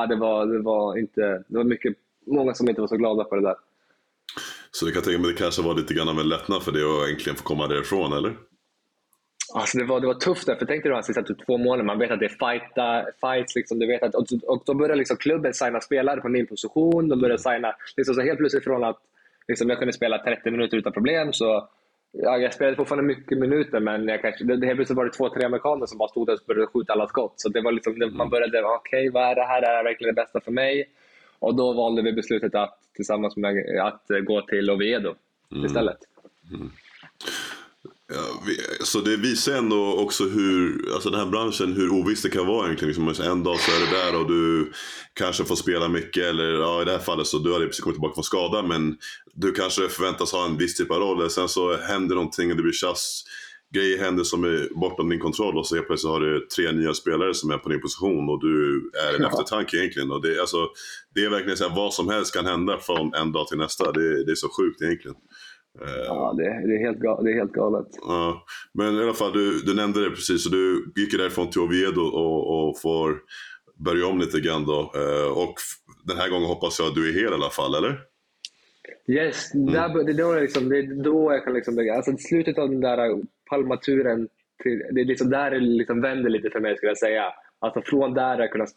var mycket, många som inte var så glada på det där.
Så det kan tänka mig det kanske var lite grann av en lättnad för det att äntligen få komma därifrån, eller?
Alltså det var tufft där, för tänk dig då, sista 2 månader, man vet att det är fights liksom, du vet att, och då börjar liksom klubben signa spelare på min position, de börjar signa liksom, så helt plötsligt från att liksom, jag kunde spela 30 minuter utan problem, så jag spelade fortfarande mycket minuter, men det helt plötsligt var det 2-3 amerikaner som bara stod där och började skjuta alla skott, så det var liksom, man började, okej, vad är det här, är verkligen det bästa för mig? Och då valde vi beslutet att tillsammans med att gå till Oviedo istället.
Ja, så det visar ändå också hur, alltså den här branschen, hur ovisst det kan vara egentligen. Liksom, en dag så är det där och du kanske får spela mycket, eller i det här fallet så du har precis kommit tillbaka från skada, men du kanske förväntas ha en viss typ av roll. Sen så händer någonting och det blir tjass, grejer händer som är bortom din kontroll och så helt plötsligt har du 3 nya spelare som är på din position och du är en eftertanke egentligen. Och det är verkligen så här, vad som helst kan hända från en dag till nästa. Det är så sjukt egentligen.
Ja, det är helt galet.
Ja, men i alla fall, du nämnde det precis, så du gick därifrån till Oviedo och får börja om lite grann då. Och den här gången hoppas jag att du är hel i alla fall, eller?
Yes, det är då jag kan liksom, alltså slutet av den där Palmaturen, det är liksom där det liksom vänder lite för mig, skulle jag säga. Alltså från där har jag kunnat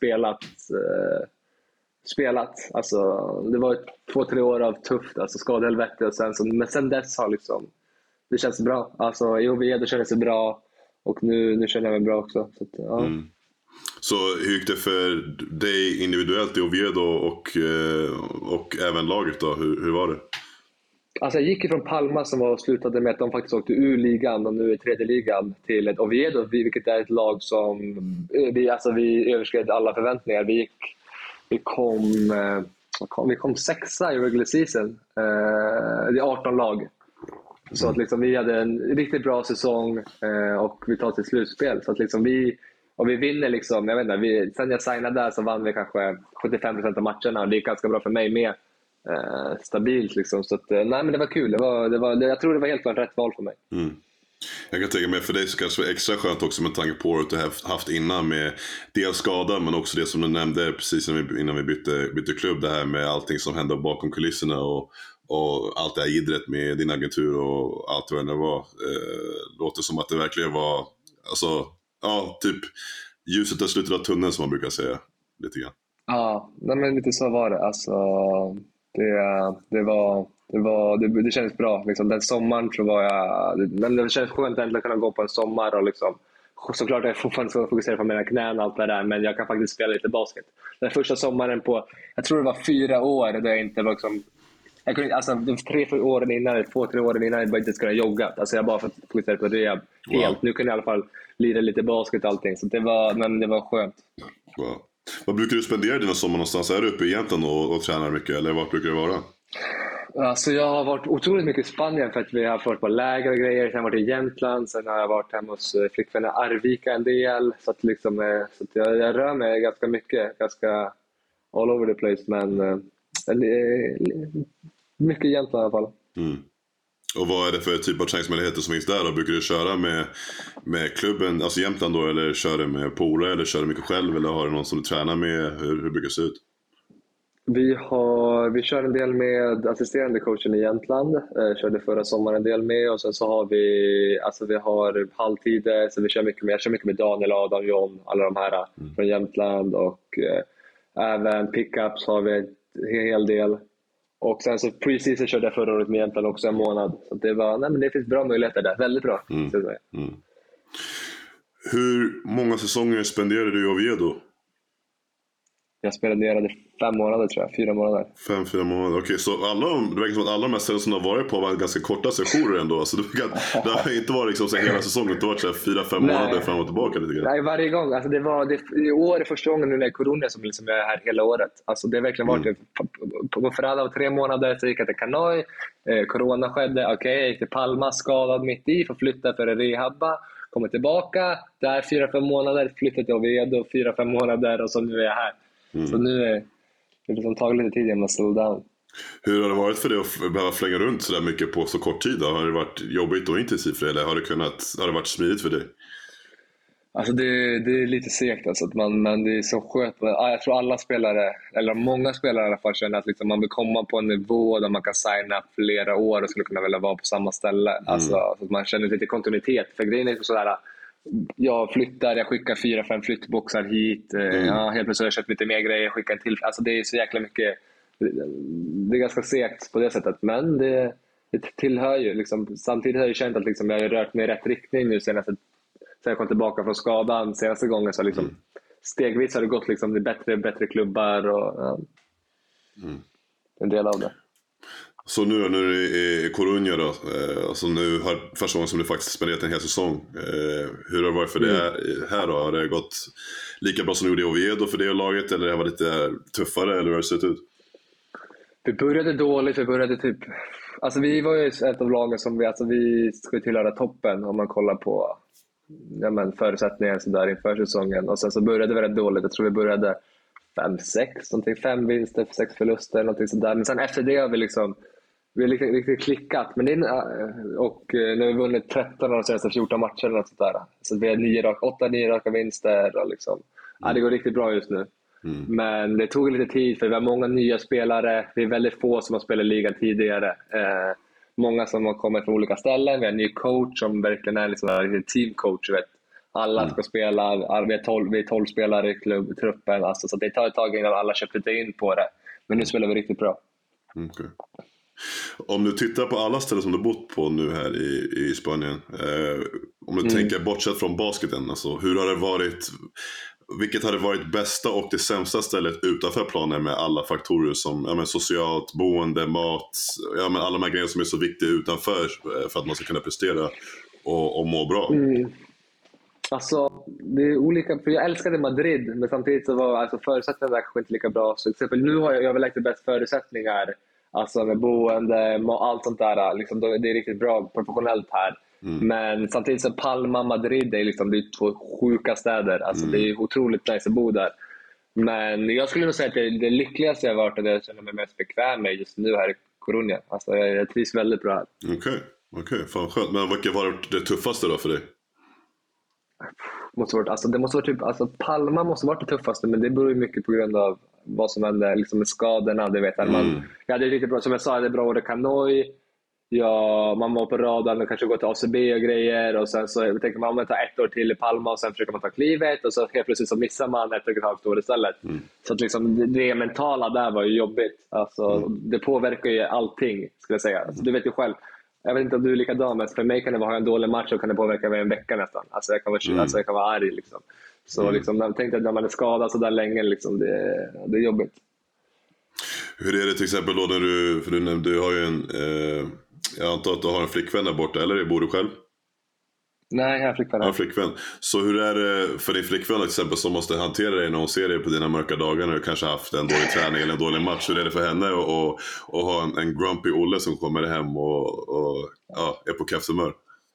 spelat. Alltså, det var 2-3 år av tufft, alltså skadehelvete, och men sen dess har liksom, det känns bra. Alltså i Oviedo kändes det bra och nu känner jag mig bra också. Så, att, ja.
Så hur gick det för dig individuellt i Oviedo och även laget då? Hur var det?
Alltså jag gick ifrån Palma som slutade med att de faktiskt åkte ur ligan och nu är 3:e ligan till ett Oviedo, vilket är ett lag som vi överskred alla förväntningar. Vi kom 6:a i regular season. Det är 18 lag. Så att liksom vi hade en riktigt bra säsong och vi tar till slutspel. Så att liksom vi vinner liksom, jag vet inte, sen jag signade där så vann vi kanske 75% av matcherna. Det är ganska bra för mig med. Stabilt liksom. Så att, nej, men det var kul. Jag tror det var helt klart rätt val för mig.
Jag kan tänka mig för dig så kanske det var extra skönt också med tanke på att du har haft innan med dels skada, men också det som du nämnde precis innan vi bytte klubb, det här med allting som hände bakom kulisserna och allt det här idret med din agentur och allt vad det var. Låter som att det verkligen var, alltså, ja, typ ljuset i slutet av tunneln som man brukar säga lite grann.
Ja, men lite så var det. Alltså, det kändes bra. Liksom, den sommaren så var det känns skönt att äntligen kunna gå på en sommar och liksom, såklart jag fortfarande ska fokusera på mina knän och allt det där, men jag kan faktiskt spela lite basket. Den första sommaren på, jag tror det var 4 år där jag inte var liksom, jag kunde, alltså de 2-3 åren innan jag bara inte skulle jogga. Alltså jag bara fått fokusera på det helt. Nu kunde jag i alla fall lira lite basket och allting, så det var skönt.
Wow. Vad brukar du spendera dina sommar någonstans? Är du uppe i Jämtland och tränar mycket, eller vart brukar det vara?
Alltså jag har varit otroligt mycket i Spanien för att vi har varit på läger och grejer. Sen har jag varit i Jämtland, sen har jag varit hemma hos flickvännen Arvika en del. Så att, liksom, så att jag rör mig ganska mycket, ganska all over the place. Men mycket i Jämtland i alla fall.
Och vad är det för typ av träningsmöjligheter som finns där då? Brukar du köra med klubben, alltså Jämtland då, eller kör du med polare, eller kör du mycket själv, eller har du någon som du tränar med? Hur brukar det se ut?
Vi kör en del med assisterande coachen i Jämtland. Körde förra sommaren en del med, och sen så har vi har halvtider, så jag kör mycket med Daniel, Adam, John, alla de här från Jämtland, och även pickups har vi en hel del. Och sen så preseason körde jag förra året med Jämtland också en månad. Så det finns bra möjligheter där, väldigt bra.
Hur många säsonger spenderade du i Oviedo?
Jag spenderade 5 månader tror jag, 4 månader.
4 månader, okej. Så det verkar som att alla de här ställen som du har varit på var ganska korta sessioner ändå. Alltså det har inte varit liksom så hela säsongen, det har varit 4-5 månader fram och tillbaka lite grann.
Nej, varje gång. Alltså i år är första gången nu när Corona som liksom är här hela året. Alltså det har verkligen varit på Ferrada av 3 månader, så gick jag till Kanoj. Corona skedde, jag gick till Palma, skadad mitt i, får flytta för att rehabba. Kommer tillbaka, där 4-5 månader, flyttat till Oviedo 4-5 månader, och så nu är jag här. Så nu är det liksom tagit lite tid innan att slow down.
Hur har det varit för dig att behöva flänga runt så där mycket på så kort tid då? Har det varit jobbigt och intensivt för dig, eller har det varit smidigt för dig?
Alltså det är lite segt alltså, men det är så skönt. Jag tror alla spelare, eller många spelare i alla fall, känner att liksom man vill komma på en nivå där man kan signa flera år och skulle kunna vilja vara på samma ställe. Alltså så att man känner lite kontinuitet. För grejen är sådär, jag flyttar, jag skickar 4-5 flyttboxar hit. Helt plötsligt har jag köpt lite mer grejer, jag skickar en till. Alltså det är så jäkla mycket. Det är ganska segt på det sättet, men det tillhör ju liksom. Samtidigt har jag känt att liksom jag har rört mig i rätt riktning nu sen jag kom tillbaka från skadan senaste gången, så liksom stegvis har det gått liksom, det är bättre klubbar och en del av det.
Så nu är det i Coruña då, alltså nu har första gången som du faktiskt spenderat en hel säsong. Hur har det varit för det här då? Har det gått lika bra som du gjorde i Oviedo för det och laget, eller har det varit lite tuffare, eller hur har det sett ut?
Vi började dåligt, alltså vi var ju ett av lagen som vi skulle tillhöra toppen om man kollar på förutsättningar så där inför säsongen, och sen så började vi rätt dåligt. Jag tror vi började 5-6, 5 vinster, 6 förluster, någonting sådär. Men sen efter det har vi riktigt klickat. Men och nu har vi vunnit 13 av de senaste 14 matcher eller något sådär. Så vi har 8-9 raka vinster och liksom, det går riktigt bra just nu. Men det tog lite tid, för vi har många nya spelare. Vi är väldigt få som har spelat i ligan tidigare. Många som har kommit från olika ställen. Vi har en ny coach som verkligen är liksom en teamcoach. Vet. Alla ska spela. Vi är 12 spelare i truppen. Alltså, så det tar ett tag innan alla köpte in på det. Men nu spelar vi riktigt bra.
Okay. Om du tittar på alla ställen som du bott på nu här i Spanien. Om du tänker bortsett från basketen. Alltså, hur har det varit... Vilket hade varit bästa och det sämsta stället utanför planen med alla faktorer som socialt, boende, mat, alla de här grejerna som är så viktiga utanför för att man ska kunna prestera och må bra?
Alltså, det är olika, för jag älskade Madrid, men samtidigt så var förutsättningarna där kanske inte lika bra. Så till exempel nu har jag överlagt de bästa förutsättningar, alltså med boende, allt sånt där. Liksom, det är riktigt bra professionellt här. Men samtidigt så Palma, Madrid är liksom, det är 2 sjuka städer. Alltså det är otroligt nice att bo där. Men jag skulle nog säga att det lyckligaste jag har varit och det jag känner mig mest bekväm med just nu här i Coruña. Alltså jag trivs väldigt bra här.
Okej, fan skönt. Men vilket var det tuffaste då för dig?
Det måste vara typ, Palma måste vara det tuffaste, men det beror ju mycket på grund av vad som händer liksom med skadorna, det vet man. Ja, det är riktigt bra, som jag sa, det är bra att Kanoj. Ja, man var på radarn och kanske går till ACB och grejer, och sen så tänker man ta 1 år till i Palma och sen försöker man ta klivet, och så helt plötsligt så missar man 1,5 år istället. Så att liksom, det mentala där var ju jobbigt. Alltså, det påverkar ju allting, skulle jag säga. Alltså, du vet ju själv. Jag vet inte om du är likadan, men för mig kan det vara en dålig match och kan det påverka mig en vecka nästan. Alltså jag kan vara arg liksom. Så liksom, jag tänkte att när man är skadad så där länge liksom, det är jobbigt.
Hur är det till exempel då när du har ju jag antar att du har en flickvän där borta, eller bor du själv?
Nej, jag har flickvän.
Ja, flickvän. Så hur är det för din flickvän till exempel som måste hantera dig när hon ser dig på dina mörka dagar när du kanske haft en dålig träning eller en dålig match? Hur är det för henne att ha en grumpy Olle som kommer hem och är på kaffehumör?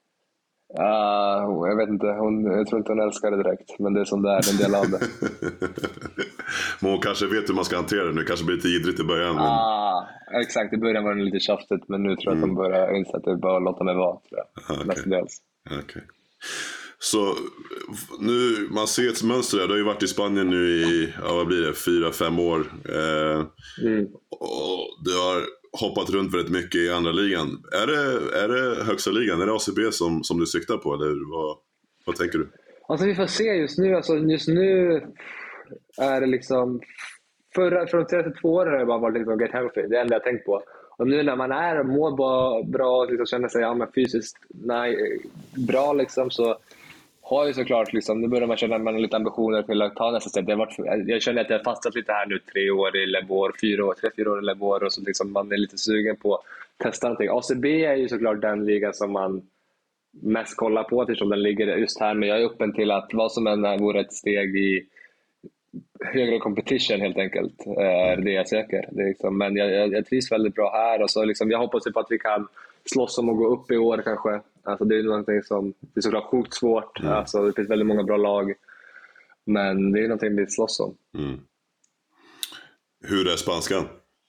Jag vet inte, jag tror inte hon älskar det direkt, men det är som det är, en del av det.
Men hon kanske vet hur man ska hantera det nu, kanske blir lite idrigt i början. Men...
exakt, i början var det lite tjaftigt, men nu tror jag att hon börjar inse att det är bara att låta mig vara, tror jag.
Okay.
Mestadels.
Okay. Så nu, man ser ett mönster där. Du har ju varit i Spanien nu i, vad blir det, 4-5 år. Och du har hoppat runt väldigt mycket i andra ligan. Är det högsta ligan? Är det ACB som du siktar på? Eller vad tänker du?
Alltså vi får se just nu. Alltså, just nu är det liksom... Från de senaste 2 åren har det bara varit liksom get healthy. Det är det enda jag tänkt på. Och nu när man är och mår bra och liksom känner sig fysiskt bra liksom, så har ju såklart liksom, nu börjar man känna att man har lite ambitioner till att ta nästa steg. Jag känner att jag har fastnat lite här nu 3 år i Lebor, 4 år i Lebor, och så liksom man är lite sugen på att testa någonting. ACB är ju såklart den ligan som man mest kollar på eftersom den ligger just här, men jag är öppen till att vad som än vore ett steg i högre competition helt enkelt är det jag söker. Det är liksom, men jag trivs väldigt bra här, och så liksom, jag hoppas på att vi kan slåss om att gå upp i år kanske. Alltså det är någonting som det är såklart sjukt svårt. Alltså det finns väldigt många bra lag, men det är någonting vi slåss om.
Hur är spanskan?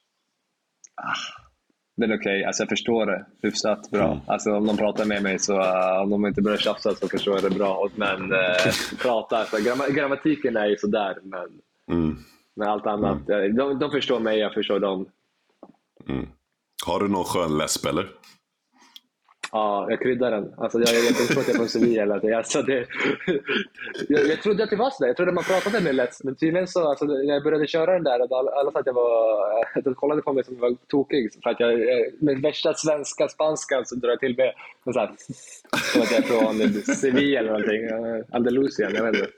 Den är okej. Alltså jag förstår det hyfsat bra. Alltså om de pratar med mig så om de inte börjar tjafsa så förstår jag det bra. Men prata, alltså, grammatiken är ju sådär, men allt annat. De förstår mig, jag förstår dem.
Har du någon skön läsp eller?
Ja, jag kryddar den. Alltså jag tror att jag är från Sevilla. Alltså jag trodde att det var sådär. Jag trodde man pratade med lätt. Men tydligen så, alltså, när jag började köra den där, alla sa att de kollade på mig som var tokig. För att jag, med värsta spanska så drar jag till med så här, som att jag är från Sevilla eller någonting. Andalusien, jag vet inte.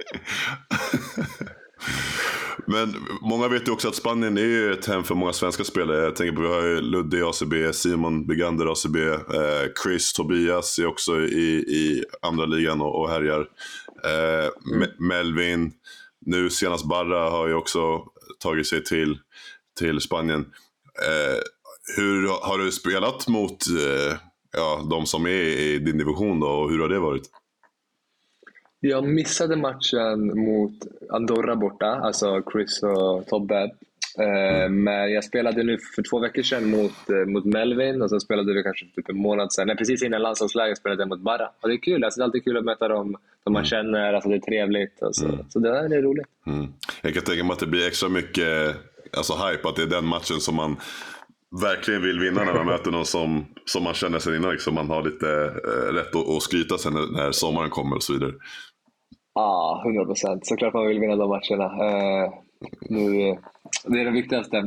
Men många vet ju också att Spanien är ju ett hem för många svenska spelare. Jag tänker på, vi har ju Ludde i ACB, Simon Begander ACB, Chris Tobias är också i andra ligan och härjar. Melvin, nu senast Barra har ju också tagit sig till Spanien. Hur har du spelat mot de som är i din division då, och hur har det varit?
Jag missade matchen mot Andorra borta, alltså Chris och Tobbe. Men jag spelade nu för 2 veckor sedan mot Melvin, och så spelade vi kanske typ en månad sedan. Precis innan landslagsläget spelade jag mot Barra. Och det är kul, alltså, det är alltid kul att möta dem som man känner, alltså, det är trevligt. Alltså. Så det här är roligt.
Jag kan tänka mig att det blir extra mycket hype, att det är den matchen som man verkligen vill vinna när man möter någon som man känner sig innan, liksom man har lite rätt att skryta sen när sommaren kommer och så vidare.
Ja, 100%. Såklart man vill vinna de matcherna. Nu, det är det viktigaste.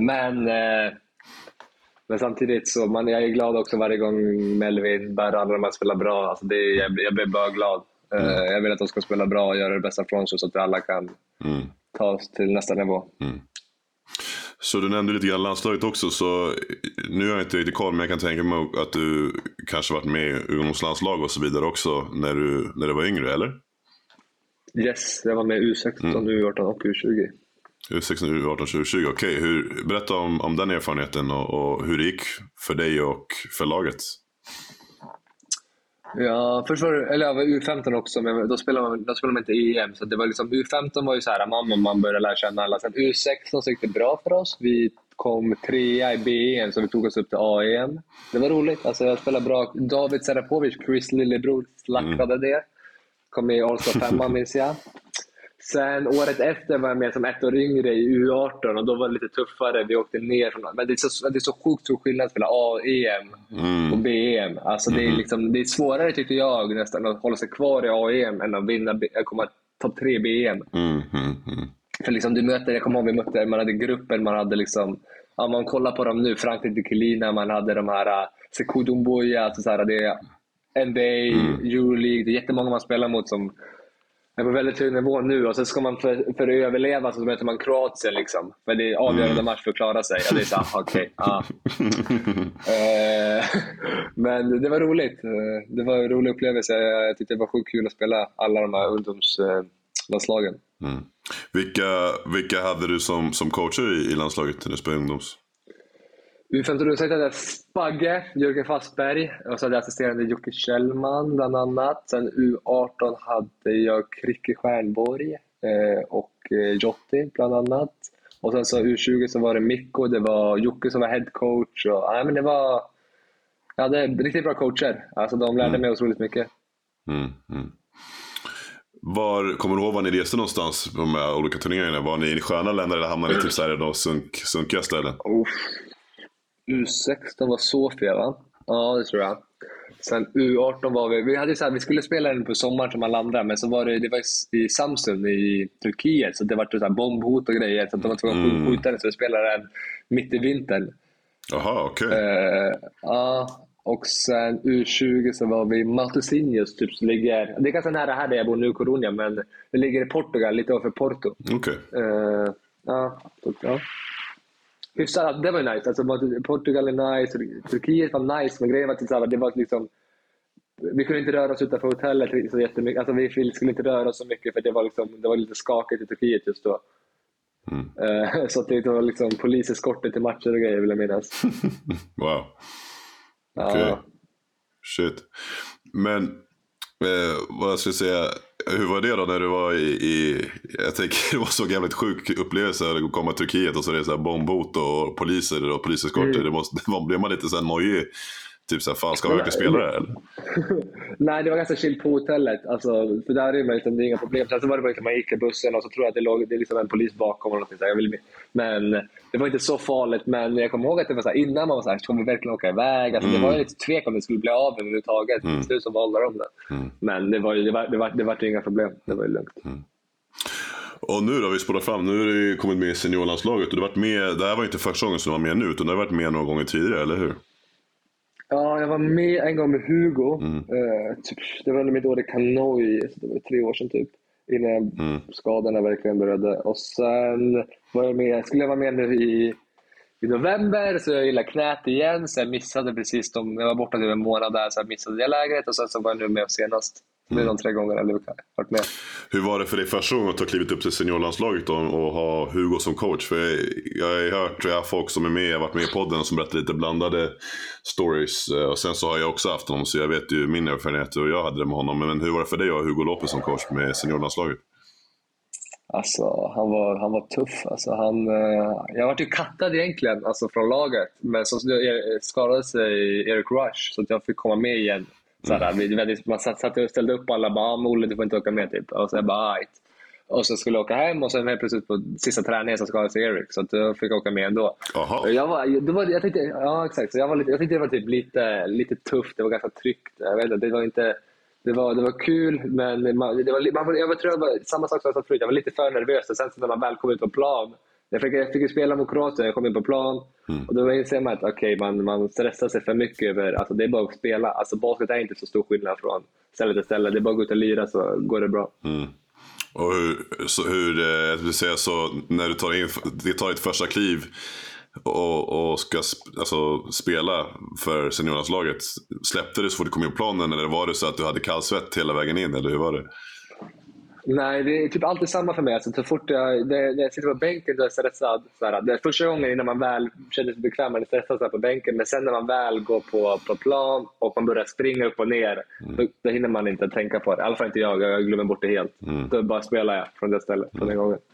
Men samtidigt så jag är glad också varje gång Melvin, Barra, alla de här spelar bra. Alltså jag blir bara glad. Jag vill att de ska spela bra och göra det bästa från sig så att alla kan ta oss till nästa nivå.
Så du nämnde lite grann landslaget också, så nu har jag inte riktigt koll, men jag kan tänka mig att du kanske varit med i ungdomslandslag och så vidare också när du var yngre, eller?
Yes, jag var med i U16, U18 och U20.
U16, U18, U20, okej. Berätta om den erfarenheten och hur det gick för dig och för laget.
Ja, först var jag var U15 också, men då spelade man inte EM, så det var liksom, U15 var ju så här, man började lära känna alla. Sen U16 så gick det bra för oss. Vi kom 3 i BEM, så vi tog oss upp till AEM. Det var roligt, alltså jag spelade bra. David Serapovic, Chris lillebror, slackrade det. Kom med i All-Star 5, minns jag. Sen året efter var jag med som 1 år yngre i U18, och då var det lite tuffare. Vi åkte ner från, men det är så sjukt stor skillnad att spela AEM och BEM. Alltså det är svårare, tycker jag, nästan att hålla sig kvar i AEM än att komma topp 3 BEM. För liksom jag kommer ihåg man hade gruppen, man hade liksom, man kollar på dem nu, Frankrike Kelina, man hade de här Sekou Doumbouya, alltså så här, det är NBA, Euroleague, det är jättemånga man spelar mot som är på väldigt hög nivå nu, och så ska man för att överleva så möter man Kroatien liksom. För det är avgörande match för att klara sig. Ja, det är så okej. Men det var roligt. Det var en rolig upplevelse. Jag tyckte det var sjukt kul att spela alla de här ungdomslandslagen.
Vilka hade du som coacher i landslaget när du spelade ungdoms?
U15 hade jag Spagge, Jörgen Fastberg, och så hade jag assisterande Jocke Kjellman bland annat. Sen U18 hade jag Kricke Stjärnborg och Jotti bland annat. Och sen så U20 så var det Mikko, det var Jocke som var head coach. Men jag hade riktigt bra coacher. Alltså de lärde mig otroligt mycket.
Kommer du ihåg var ni reste någonstans på de här olika turneringarna? Var ni i sköna länder eller hamnade ni typ så här i de sunkiga ställen?
U16 var Sofia, va? Ja, det tror jag. Sen U18 var vi hade så här, vi skulle spela den på sommaren som alla andra, men så var det var i Samsun i Turkiet, så det var så här bombhot och grejer, så att de var tvungna att skjuta den, så vi spelade den mitt i vintern.
Jaha, okej.
Ja, och sen U20 så var vi i Matosinhos, typ, som ligger, det är ganska nära här där jag bor nu, Coruña, men det ligger i Portugal, lite över Porto.
Okej.
Ja. Hyfsat, det var ju nice. Alltså, Portugal är nice, Turkiet var nice, men grejen var att det var liksom, vi kunde inte röra oss utanför hotellet så jättemycket. Alltså, vi skulle inte röra oss så mycket för det var lite skakigt i Turkiet just då. Så att det var liksom poliseskorter till matcher och grejer, vill jag minnas.
Wow. Okej.
Ja.
Shit. Men vad ska jag säga, hur var det då när du var jag tänker det var så jävligt sjuk upplevelse att komma till Turkiet och så är det så här bombhot och poliser och poliseskorter. Blev man lite så här nojig? Typ såhär, fan ska vi verkligen spela det här, eller?
Nej, det var ganska chill på hotellet. Alltså, för där är det är inga problem. Sen så var det bara liksom, man gick i bussen och så tror jag att det är liksom en polis bakom. Och någonting, så men det var inte så farligt. Men jag kommer ihåg att det var så här, innan man var så här, ska vi verkligen åka iväg? Alltså, det var ju lite tvek om det skulle bli av överhuvudtaget. Till slut så valde de det. Men det var inga problem. Det var ju lugnt.
Och nu då, vi spårar fram. Nu har du kommit med i seniorlandslaget. Och du varit med, det här var inte första gången som du var med nu, utan du har varit med några gånger tidigare, eller hur?
Ja, jag var med en gång med Hugo. Det var under mitt år i Kanoi. Det var 3 år sedan typ. Innan skadorna verkligen började. Och sen skulle jag vara med nu i november. Så jag gillade knät igen. Så jag missade precis jag var borta typ en månad där. Så jag missade det lägret. Och sen så var jag nu med senast. Det är de 3 gångerna jag varit med.
Hur var det för dig första gången att ha klivit upp till seniorlandslaget och ha Hugo som coach? För jag har hört folk som är med, jag har varit med i podden som berättar lite blandade stories. Och sen så har jag också haft honom, så jag vet ju min erfarenhet och jag hade det med honom. Men hur var det för dig att ha Hugo Lopez som coach med seniorlandslaget?
Alltså, han var tuff. Alltså, jag var ju kattad egentligen, alltså, från laget. Men så skadade sig Eric Rush, så att jag fick komma med igen. Man satt och ställde upp alla, bara, Olle, du får inte åka med typ. Och så jag bara, right. Och så skulle jag åka hem och sen helt plötsligt på sista träningen så skadade sig Eric, så att jag fick åka med ändå. Jag tyckte, ja exakt, så jag tyckte det var typ lite tufft, det var ganska tryggt. Jag vet inte, det var kul, men jag tror det var samma sak som jag sa förut, jag var lite för nervös, och sen så när man väl kom ut på plan, jag fick spela mot Kroatien, jag kom in på plan och då inser man att man stressar sig för mycket över, alltså det är bara att spela, alltså basket är inte så stor skillnad från ställe till ställe, det är bara att gå ut och lira så går det bra.
Och hur vill säga, så när du tar ett första kliv och ska spela för seniorlandslaget, släppte du så fort du kom in på planen, eller var det så att du hade kallsvett hela vägen in, eller hur var det?
Nej, det är typ alltid samma för mig. Alltså, så fort när jag sitter på bänken då är jag stressad. Det är första gången innan man väl känner sig bekväm, man är stressad på bänken. Men sen när man väl går på plan och man börjar springa upp och ner, då hinner man inte tänka på det. I alla fall inte jag glömmer bort det helt. Då bara spelar jag från det stället, från den gången.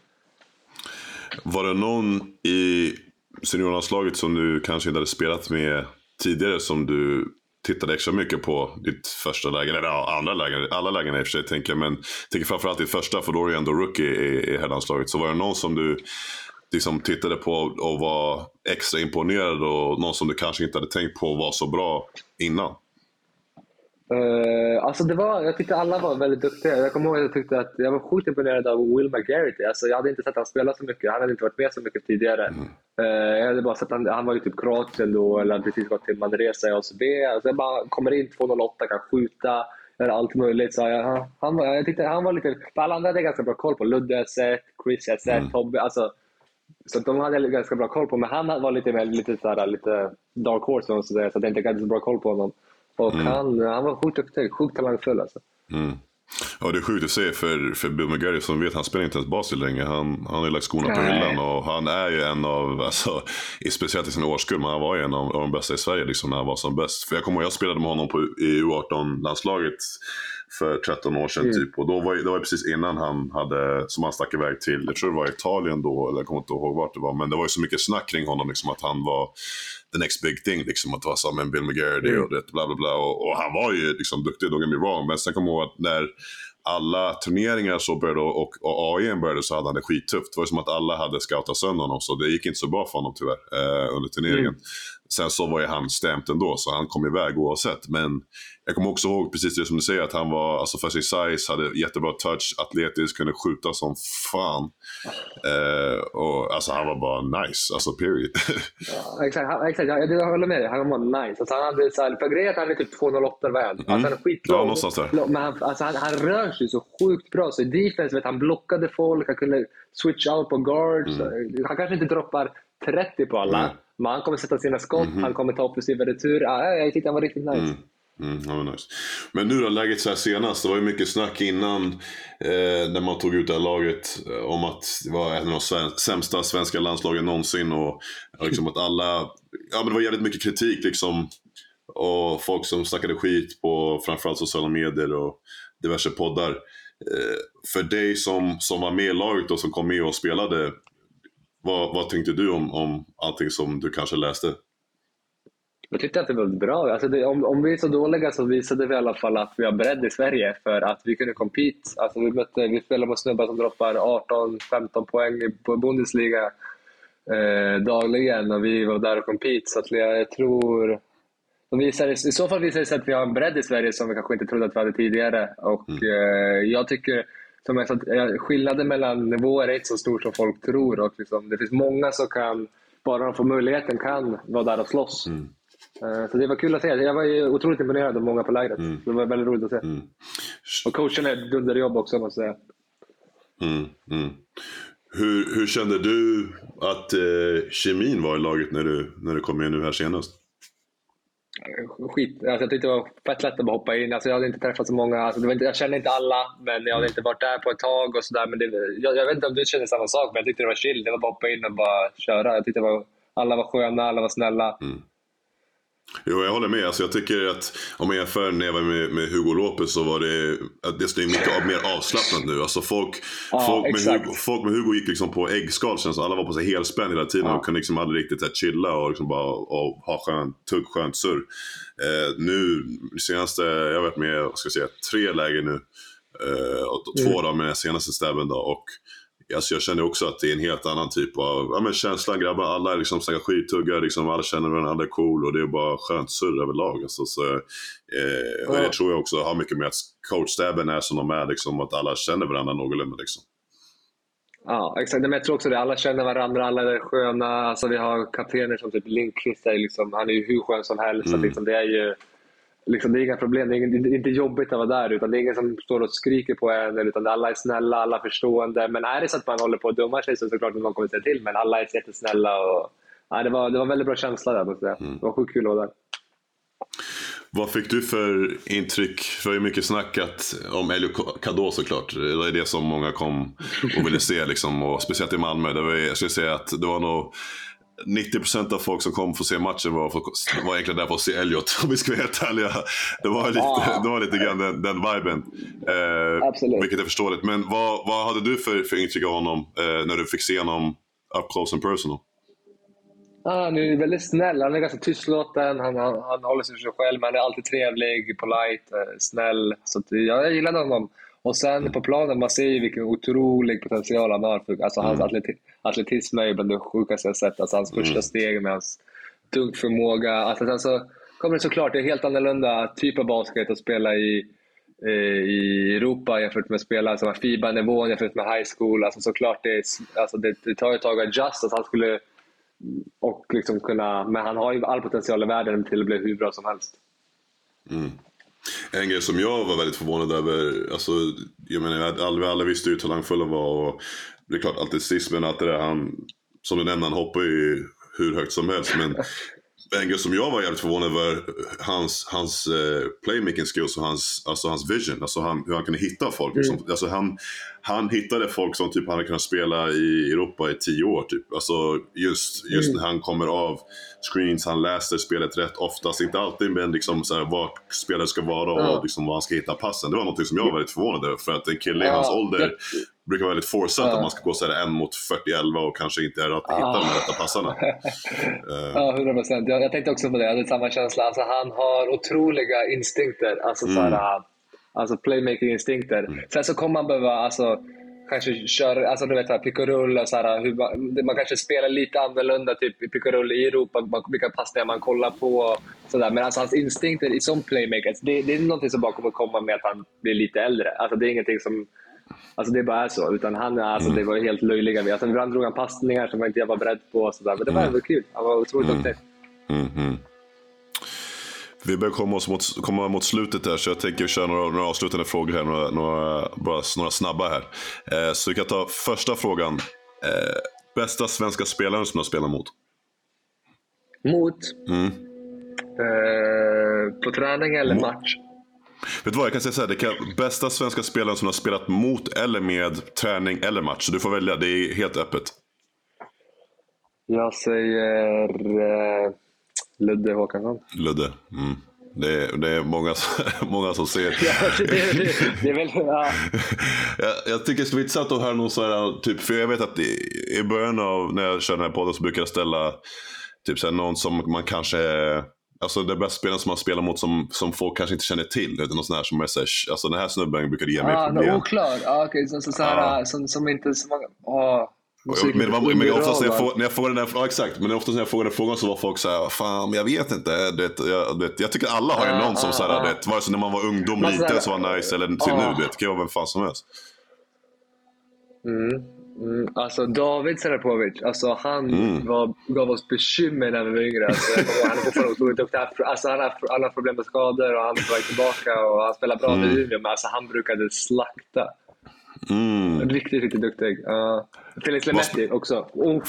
Var det någon i seniorlandslaget som du kanske inte hade spelat med tidigare som du tittade extra mycket på ditt första lägen, eller andra lägen, alla lägen i och för sig, tänker jag, men tänker framförallt ditt första, för då är du ändå rookie i herrlandslaget. Så var det någon som du liksom tittade på och var extra imponerad, och någon som du kanske inte hade tänkt på var så bra innan?
Alltså jag tyckte alla var väldigt duktiga. Jag kommer ihåg att jag tyckte att jag var sjukt imponerad av Will McGarity. Alltså, jag hade inte sett han spela så mycket. Han hade inte varit med så mycket tidigare. Jag hade bara sett han var ju typ Kroatien då, eller hade precis gått till Manresa i ACB. Alltså, jag bara kommer in 208, kan skjuta, gör allt möjligt. Så jag tyckte han var lite, alla andra hade ganska bra koll på. Ludde har sett, Chris har sett, Tobbe, alltså, så de hade ganska bra koll på. Men han var lite dark horse, så att jag inte hade så bra koll på honom. Och han var sjukt duktig, sjukt talangfull alltså.
Ja, det är sjukt att se för Bill McGarry, som vet, han spelar inte ens basket längre. Han har ju lagt skorna på hyllan, och han är ju en av, alltså, speciellt i sin årskull, men han var ju en av de bästa i Sverige liksom, när han var som bäst. För jag kommer ihåg, jag spelade med honom i U18-landslaget för 13 år sedan typ, och det var precis innan han stack iväg till, jag tror det var Italien då, eller jag kommer inte ihåg vart det var, men det var ju så mycket snack kring honom liksom, att han var the next big thing liksom, att vara som en Bill McGarry och det bla bla bla, och han var ju liksom duktig, don't get me wrong, men sen kommer jag ihåg att när alla turneringar så började och AIN började så hade han det skittufft. Det var som att alla hade scoutat sönder honom, så det gick inte så bra för honom tyvärr under turneringen. Sen så var ju han stämt ändå, så han kom iväg oavsett. Men jag kommer också ihåg precis det som du säger, att han var, alltså för sin size, hade jättebra touch, atletisk, kunde skjuta som fan. Och alltså han var bara nice, alltså period.
Ja, exakt. Jag håller med dig. Han var nice. Alltså, han hade så här, för grejen han är typ 2,08 väl. Alltså, han är skitlång.
Ja, någonstans där.
Men han rör sig så sjukt bra. Så i defense, vet, han blockade folk, han kunde switch out på guards. Han kanske inte droppar 30 på alla. Men han kommer sätta sina skott, han kommer ta offensiva retur. Jag tyckte han var riktigt nice.
Ja, nice. Men nu då, läget så här senast, det var ju mycket snack innan när man tog ut det här laget om att det var en av de sämsta svenska landslagen någonsin, och liksom att alla, men det var jävligt mycket kritik liksom, och folk som snackade skit på framförallt sociala medier och diverse poddar. För dig som var med i laget och som kom med och spelade, vad tänkte du om allting som du kanske läste?
Jag tyckte att det var bra. Alltså om vi är så dåliga så visade vi i alla fall att vi har bredd i Sverige för att vi kunde compete. Alltså vi spelade mot snubbar som droppar 18-15 poäng på Bundesliga dagligen, och vi var där och compete. Så att jag tror i så fall visar det sig att vi har en bredd i Sverige som vi kanske inte trodde att vi hade tidigare. Och jag tycker som jag sa, skillnaden mellan nivåer är inte så stor som folk tror, och liksom, det finns många som kan, bara de får möjligheten, kan vara där och slåss. Så det var kul att se. Jag var ju otroligt imponerad av många på lägret. Det var väldigt roligt att se. Och coachen är ett dunderjobb också, måste jag säga.
Hur kände du att kemin var i laget när du kom med nu här senast?
Skit. Alltså jag tyckte det var fett lätt att bara hoppa in. Alltså jag hade inte träffat så många. Alltså jag kände inte alla, men jag hade inte varit där på ett tag och sådär. Men jag vet inte om du kände samma sak, men jag tyckte det var chill. Det var bara hoppa in och bara köra. Jag tyckte alla var sköna, alla var snälla.
Jo, jag håller med. Alltså, jag tycker att om man jämför när jag var med Hugo Lopez, så var det är mycket mer avslappnat nu. Alltså folk med Hugo gick liksom på äggskal, så alla var på sig helspänn hela tiden och kunde liksom aldrig riktigt chilla och liksom bara och ha skönt surr. Nu senaste, jag har varit med 3 läger nu, och 2 då med den senaste stäben då, och alltså jag känner också att det är en helt annan typ av känslan, grabbar, alla är liksom snackar skittuggar, liksom, alla känner varandra, alla är cool, och det är bara skönt surr överlag. Alltså, och det tror jag också har mycket med att coachstäben är som de är, liksom, att alla känner varandra någorlunda liksom.
Ja, exakt. Men jag tror också det. Alla känner varandra, alla är sköna. Alltså, vi har kaptener som typ Lindqvist, liksom, han är ju hur skön som helst. Så, liksom, det är ju liksom, det är inga problem, det är inte jobbigt att vara där, utan det är ingen som står och skriker på en, utan alla är snälla, alla är förstående. Men är det så att man håller på att dumma sig, så såklart att någon kommer säga till, men alla är jättesnälla. Och det var väldigt bra känsla där, måste jag säga. Det var sjukt kul att vara där.
Vad fick du för intryck? För det är mycket snackat om Elio Kadå, såklart. Det är det som många kom och ville se liksom, och speciellt i Malmö. Jag skulle säga att det var nog 90% av folk som kom för att se matchen var egentligen där för att se Elliot, om vi ska vara helt ärliga. Det var lite grann den viben, vilket är förståeligt. Men vad hade du för intryck av honom när du fick se honom up close and personal?
Han är väldigt snäll, han är ganska tystlåten, han håller sig för sig själv, men han är alltid trevlig, polite, snäll. Så jag gillade honom. Och sen på planen, man ser ju vilken otrolig potential han har. Alltså hans atletism är ju bland det sjukaste jag sett. Alltså hans första steg med hans dunkförmåga. Alltså sen så kommer det såklart, det är helt annorlunda typ av basket att spela i Europa jämfört med att spela alltså FIBA-nivån jämfört med high school. Alltså såklart det tar ett tag att adjust. Alltså han skulle och liksom kunna, men han har ju all potential i världen till att bli hur bra som helst.
En grej som jag var väldigt förvånad över, alltså, jag menar, alla visste ju hur talangfull han var, och det är klart, atletismen, allt det där, han, som du nämnde, han hoppar ju hur högt som helst, men en grej som jag var jävligt förvånad över, hans playmaking skills och hans vision, alltså hur han kunde hitta folk. Alltså han hittade folk som typ han hade kunnat spela i Europa i 10 år typ. Alltså just när han kommer av screens, han läser spelet rätt oftast, inte alltid, men liksom så här, vad spelet ska vara och liksom vad han ska hitta passen. Det var något som jag var väldigt förvånad över, för att en kille i hans ålder brukar vara väldigt forsatt att man ska gå så här 1 mot 40-11 och kanske inte är att hitta de rätta passarna.
Ja, 100%. Jag tänkte också på det. Jag hade samma känsla. Alltså, han har otroliga instinkter. Alltså, Alltså playmaking-instinkter. Sen så kommer man behöva alltså, kanske köra, alltså du vet pick-och-roll och så här, hur man kanske spelar lite annorlunda typ i pick-och-roll i Europa, vilka passningar man kollar på sådär. Men alltså hans instinkter i som playmaker, det är någonting som bara kommer komma med att han blir lite äldre. Alltså det är ingenting som, alltså det bara är så, utan han alltså det var helt löjliga. Alltså ibland drog han passningar som jag inte var beredd på och sådär. Men det var ändå kul. Han var otroligt duktig.
Vi börjar komma mot slutet här, så jag tänker köra några avslutande frågor här, några snabba här. Så vi kan ta första frågan. Bästa svenska spelaren som du har spelat mot?
På träning eller match?
Vet du vad, jag kan säga så här, bästa svenska spelaren som du har spelat mot eller med träning eller match. Så du får välja, det är helt öppet.
Jag säger Ludde Håkansson.
Ludde. Det är många som ser.
Det är väl, ja.
Jag tycker det ska vara intressant att höra någon så här, typ, för jag vet att i början av när jag kör den här podden så brukar jag ställa typ så här, någon som man kanske, alltså det bästa spelaren som man spelar mot som folk kanske inte känner till, utan någon sån här som man säger, alltså den här snubben brukar ge mig problem.
Oklar. Okej, så här som inte så många.
Men oftast när jag får den där, exakt, men oftast när jag får den frågan så var folk så här, fan, jag vet inte, jag tycker alla har ju någon som så här, vare sig när man var ungdom lite så var nice eller till nu, det kan vara vem fan som helst.
Alltså David Serapovic, alltså han gav oss bekymmer när vi var yngre. Alltså, han är fortfarande otroligt duktig. Alltså, han har problem med skador och han är på väg tillbaka och han spelar bra i Umeå, men alltså, han brukade slakta. Riktigt duktig. Felix Lemetti också.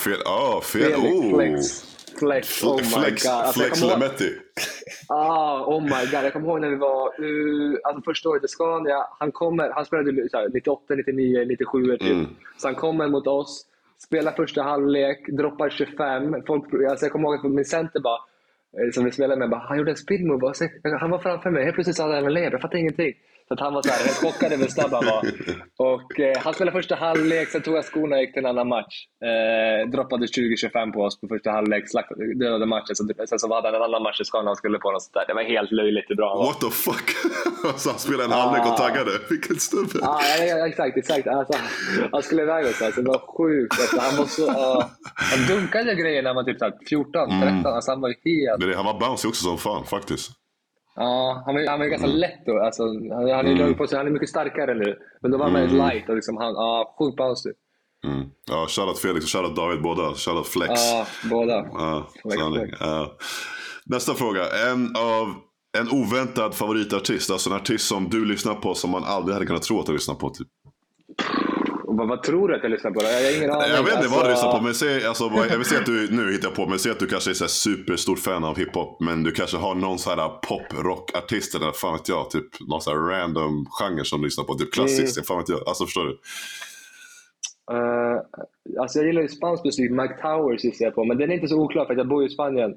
Flex. Oh my god. Alltså,
Flex Lemetti.
Oh my god. Jag kommer ihåg när vi var alltså första året i Scania. Han spelade så här, 98, 99, 97 typ. Så han kommer mot oss, spelar första halvlek, droppar 25. Alltså jag kommer ihåg att min center bara, som vi spelade med, han gjorde en spin move. Han var framför mig. Helt plötsligt sa han en led. Jag fattade ingenting. Så att han var så här, helt chockad över snabb han var. Och han spelade första halvlek, sen tog jag skorna och gick till en annan match. Droppade 20-25 på oss på första halvlek, dödade matchen. Sen så hade han en annan match i Skåne han skulle på något sånt där. Det var helt löjligt hur bra han var.
What the fuck? Alltså han spelade en halvlek och taggade. Vilken stubbe.
Ja, exakt. Alltså, han skulle iväg oss. Alltså, det var sjukt. Alltså, han var så... han dunkade grejer när han var typ 14, 13. Alltså, han var helt...
Han var bouncy också som fan, faktiskt.
Ja, han var ganska lätt då. Alltså, han är mycket starkare nu. Men då var han väldigt light och liksom sjukt bouncy.
Ja, shoutout Felix och shoutout David, båda. Shoutout Flex.
Ja, båda.
Flex. Nästa fråga. En oväntad favoritartist. Alltså en artist som du lyssnar på som man aldrig hade kunnat tro att du lyssnar på typ.
Vad tror du att jag lyssnar på? Jag har ingen aning.
Jag vet inte vad du lyssnar på, men jag vill säga att du nu hittar på, men säg att du kanske är så här superstort fan av hiphop, men du kanske har någon så här pop-rock-artist eller fan vet jag, typ någon så här random genre som du lyssnar på, typ klassiskt, fan vet jag, alltså förstår du?
Alltså jag gillar ju spansk musik, Mike Towers gissar jag på, men den är inte så oklar för att jag bor i Spanien.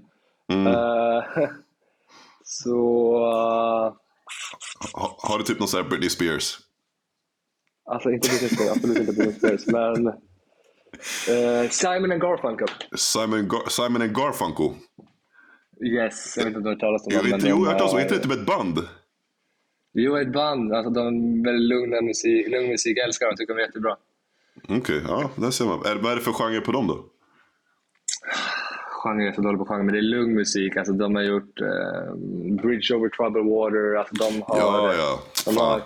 Har du typ någon så här Britney Spears?
Alltså inte Britney Spears, absolut inte Britney Spears, men Simon and Garfunkel.
Simon and Garfunkel?
Yes, jag vet inte om du har talat om det.
Jo, jag har talat om, inte typ ett band?
Jo, ett band, alltså de är väldigt lugn musik, jag älskar dem, tycker de är jättebra.
Okej, ja, där ser man. Vad är det för genre på dem då?
Genre är så dålig på genre, men det är lugn musik. Alltså de har gjort Bridge Over Troubled Water, alltså de har...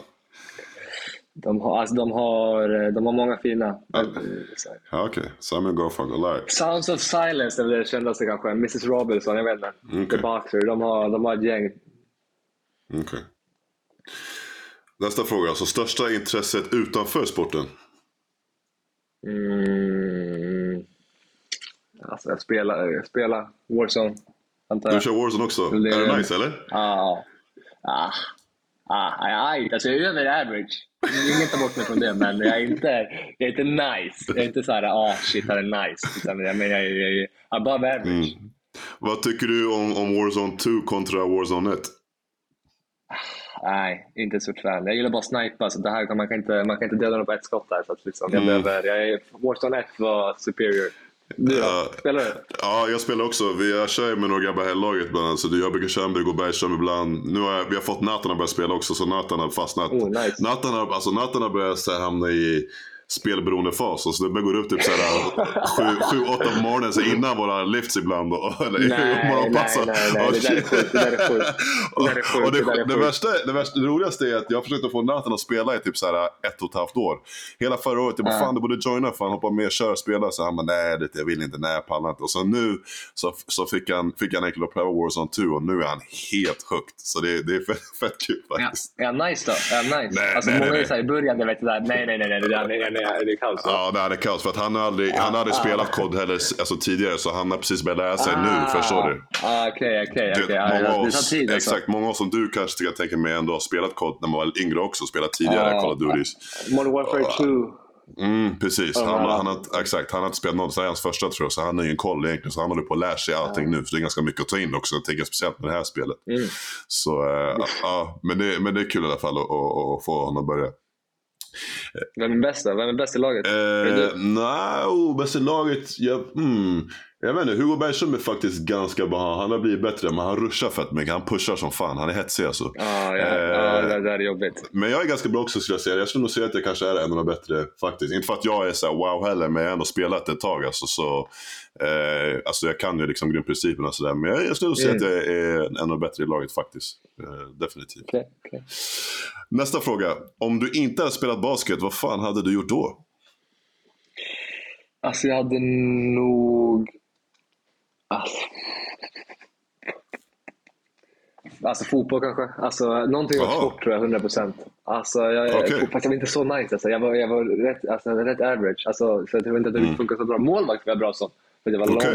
De har många fina.
Ja, okej. Simon Garfunkel, like.
Sounds of Silence är det kändaste kanske. Mrs. Robinson, jag vet inte. The Boxer, de har ett gäng.
Okej. Nästa fråga. Så största intresset utanför sporten?
Alltså jag spelar Warzone.
Du kör Warzone också? Är det nice eller?
Alltså jag är över average. Ingen tar bort mig från det, men jag är inte nice. Jag är inte så här, shit, det är nice. Utan jag är above average.
Vad tycker du om Warzone 2 kontra Warzone 1?
Nej, inte så fan. Jag gillar bara snipa, så det här man kan inte döda dem på ett skott där, så att liksom, Warzone 1 var superior. Du då? Spelar du?
Ja, jag spelar också. Jag kör med några grabbar här i laget bland annat. Så jag brukar köra Berg och Bergström ibland. Nu vi har fått Nathan att börja spela också. Så Nathan har fastnat.
Nice.
Nathan har börjat så här, hamna i spelberoende fas. Så det går upp typ 7-8 på morgonen så innan våra lifts ibland.
Nej, det där är sjukt.
Det roligaste är att jag försökte få Nathan att spela i typ så här 1,5 år. Hela förra året, jag bara fan du borde joina för han hoppar med och kör och spela. Så han bara nej jag vill inte, nej jag pallar inte. Och så nu så fick han enkelt att pröva Warzone 2 och nu är han helt högt. Så det är fett kul faktiskt.
Ja, nice då. Ja, nice. Nej, alltså många är såhär i början, jag vet det där, nej, det är kaos.
Ja, det är kaos för att han har aldrig spelat kod heller alltså, tidigare så han har precis börjat lära sig nu, förstår du?
Okej.
Exakt, många som du kanske ska tänka mig ändå har spelat kod när man var yngre också, spelat tidigare Call of Duty.
Modern Warfare 2.
Precis, han har inte spelat något, så är hans första tror jag, så han har ingen koll egentligen, så han håller på att lära sig allting nu, för det är ganska mycket att ta in också, jag tänker speciellt med det här spelet. Så men det är kul i alla fall att få honom att börja.
Vem är bäst då? Vem är bäst i laget?
Bäst i laget jag vet inte, Hugo Bergström är faktiskt ganska bra. Han har blivit bättre, men han ruschar fett mycket. Han pushar som fan, han är hetsig alltså.
Det är jobbigt.
Men jag är ganska bra också skulle jag säga. Jag skulle nog säga att jag kanske är en av de bättre faktiskt. Inte för att jag är så här wow heller, men jag har ändå spelat ett tag alltså, så alltså jag kan ju liksom grundprinciperna och sådär. Men jag skulle nog säga att jag är en av de bättre i laget faktiskt. Definitivt.
Okay.
Nästa fråga. Om du inte hade spelat basket, vad fan hade du gjort då?
Alltså jag hade nog... Alltså fotboll kanske. Alltså någonting av sport tror jag 100%. Alltså fast jag var inte så nice alltså. Jag var rätt average. Alltså så jag tror inte att det funkar så bra. Målvakt var jag bra som. För det var långt.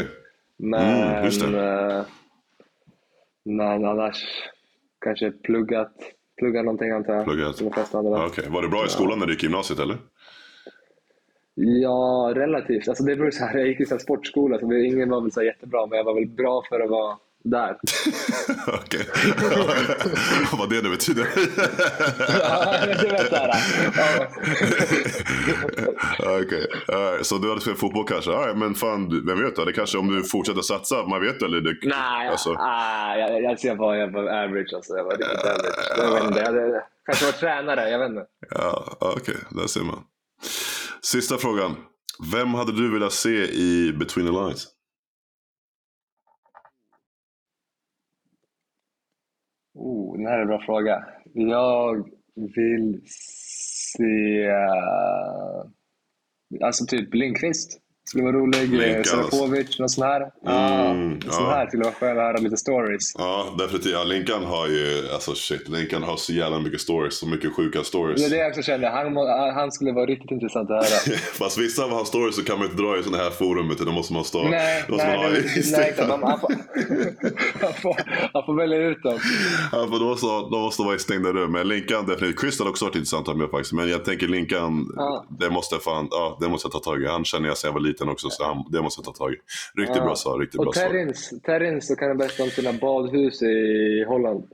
Men annars kanske plugga någonting antar jag.
Okej. Var du bra i skolan när du gick i gymnasiet eller?
Ja, relativt. Alltså det beror så här, jag gick i så här sportskola så ingen var väl så jättebra, men jag var väl bra för att vara där.
Okej. Vad det betyder.
Det vet jag.
Okej. Så du hade spelat fotboll kanske? Men fan, vem vet det kanske om du fortsätter satsa, man vet eller det.
Nej, alltså. Jag var average alltså. Jag var riktigt average. Jag vet inte, jag hade kanske var tränare, jag vet inte.
Ja, okej, där ser man. Sista frågan. Vem hade du velat se i Between the Lines?
Den här är en bra fråga. Jag vill se... alltså typ Lindqvist. Skulle vara rolig. Serakovic, någon sån här. Sån här skulle vara skön att höra lite stories.
Ja, definitivt. Ja, Linkan har ju... Alltså shit, Linkan har så jävla mycket stories. Så mycket sjuka stories.
Det är det jag också känner. Han skulle vara riktigt intressant att höra.
Fast vissa av hans stories så kan man inte dra i sådana här forumet. Då måste man stå...
Nej, han får välja ut dem.
Ja, för de måste vara i stängda rum. Men Linkan definitivt. Chris har också varit intressant att ha med faktiskt. Men jag tänker Linkan, det måste jag ta tag i. Han känner jag sen jag var liten också, så det måste jag ta tag i. Riktigt bra svar, riktigt bra svar.
Terrence så kan jag berätta om sina badhus i Holland.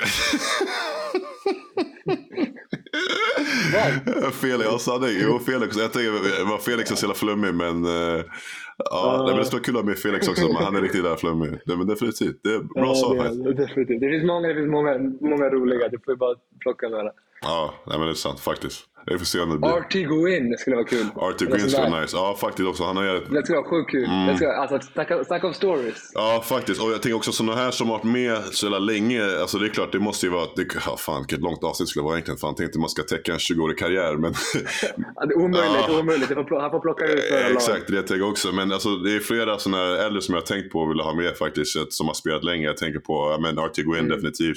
Felix, jag sa det. Jo, Felix. Jag tänker, Felix är så jävla flummig, men men det skulle vara kul att ha med Felix också, men han är riktigt där flummig. Men definitivt, det är bra svar.
Definitivt. Det finns många roliga, du får ju bara plocka några.
Ja, men det är sant faktiskt. Jag får se om det
blir. Artie Gwyn skulle vara kul.
Artie Gwyn skulle vara nice. Ja, faktiskt också.
Det skulle vara sjukt kul. Alltså, snacka om stories.
Ja, faktiskt. Och jag tänker också sådana här som har varit med så jävla länge. Alltså det är klart, det måste ju vara... vilket långt avsnitt skulle det vara egentligen. Fan, tänkte man ska täcka en 20-årig karriär, men...
det är omöjligt. Han får plocka ut för
exakt, det tänker jag också. Men alltså, det är flera sådana här äldre som jag har tänkt på och vill ha med faktiskt, som har spelat länge. Jag tänker på Artie Gwyn definitivt.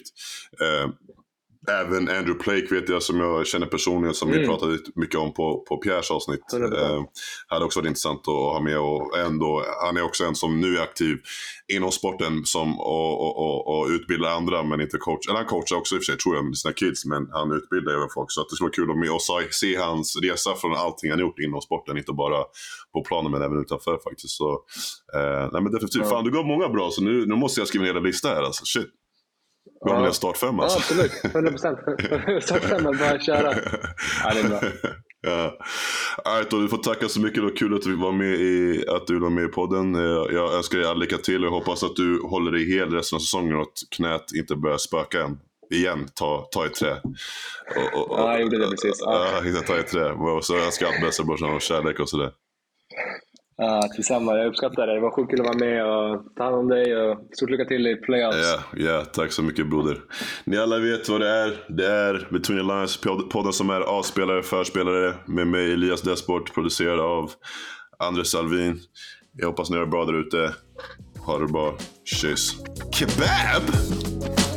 Även Andrew Blake vet jag, som jag känner personligen, som vi pratade mycket om på Pierres avsnitt. Hade också varit intressant att ha med, och ändå, han är också en som nu är aktiv inom sporten som, och utbildar andra, men inte coach. Eller han coachar också i och för sig, tror jag, med sina kids, men han utbildar även folk. Så att det skulle vara kul att med och se hans resa från allting han gjort inom sporten, inte bara på planen men även utanför faktiskt. Så, nej men definitivt, fan du gav många bra, så nu måste jag skriva ner en lista här alltså, shit. Bra med startfem alltså.
Ja, absolut. 100%. Startfem, bara köra. Ja, det är bra.
Ja. Alright, då, du får tacka så mycket. Det var kul att du var med i podden. Jag önskar dig all lycka till och jag hoppas att du håller dig hel resten av säsongen och att knät inte börjar spöka än. Igen, ta i trä.
Ja, jag gjorde det precis.
Ta i trä. Och så önskar jag allt bästa brorsan och kärlek och sådär.
Ja, tillsammans. Jag uppskattar det. Det var sjukt kul att vara med och ta hand om dig. Och stort lycka till i playoffs.
Ja, tack så mycket broder. Ni alla vet vad det är. Det är Between the Lines, podden som är avspelare, förspelare. Med mig Elias Desport, producerad av Andres Alvin. Jag hoppas ni har det bra där ute. Ha det bra. Kyss. Kebab!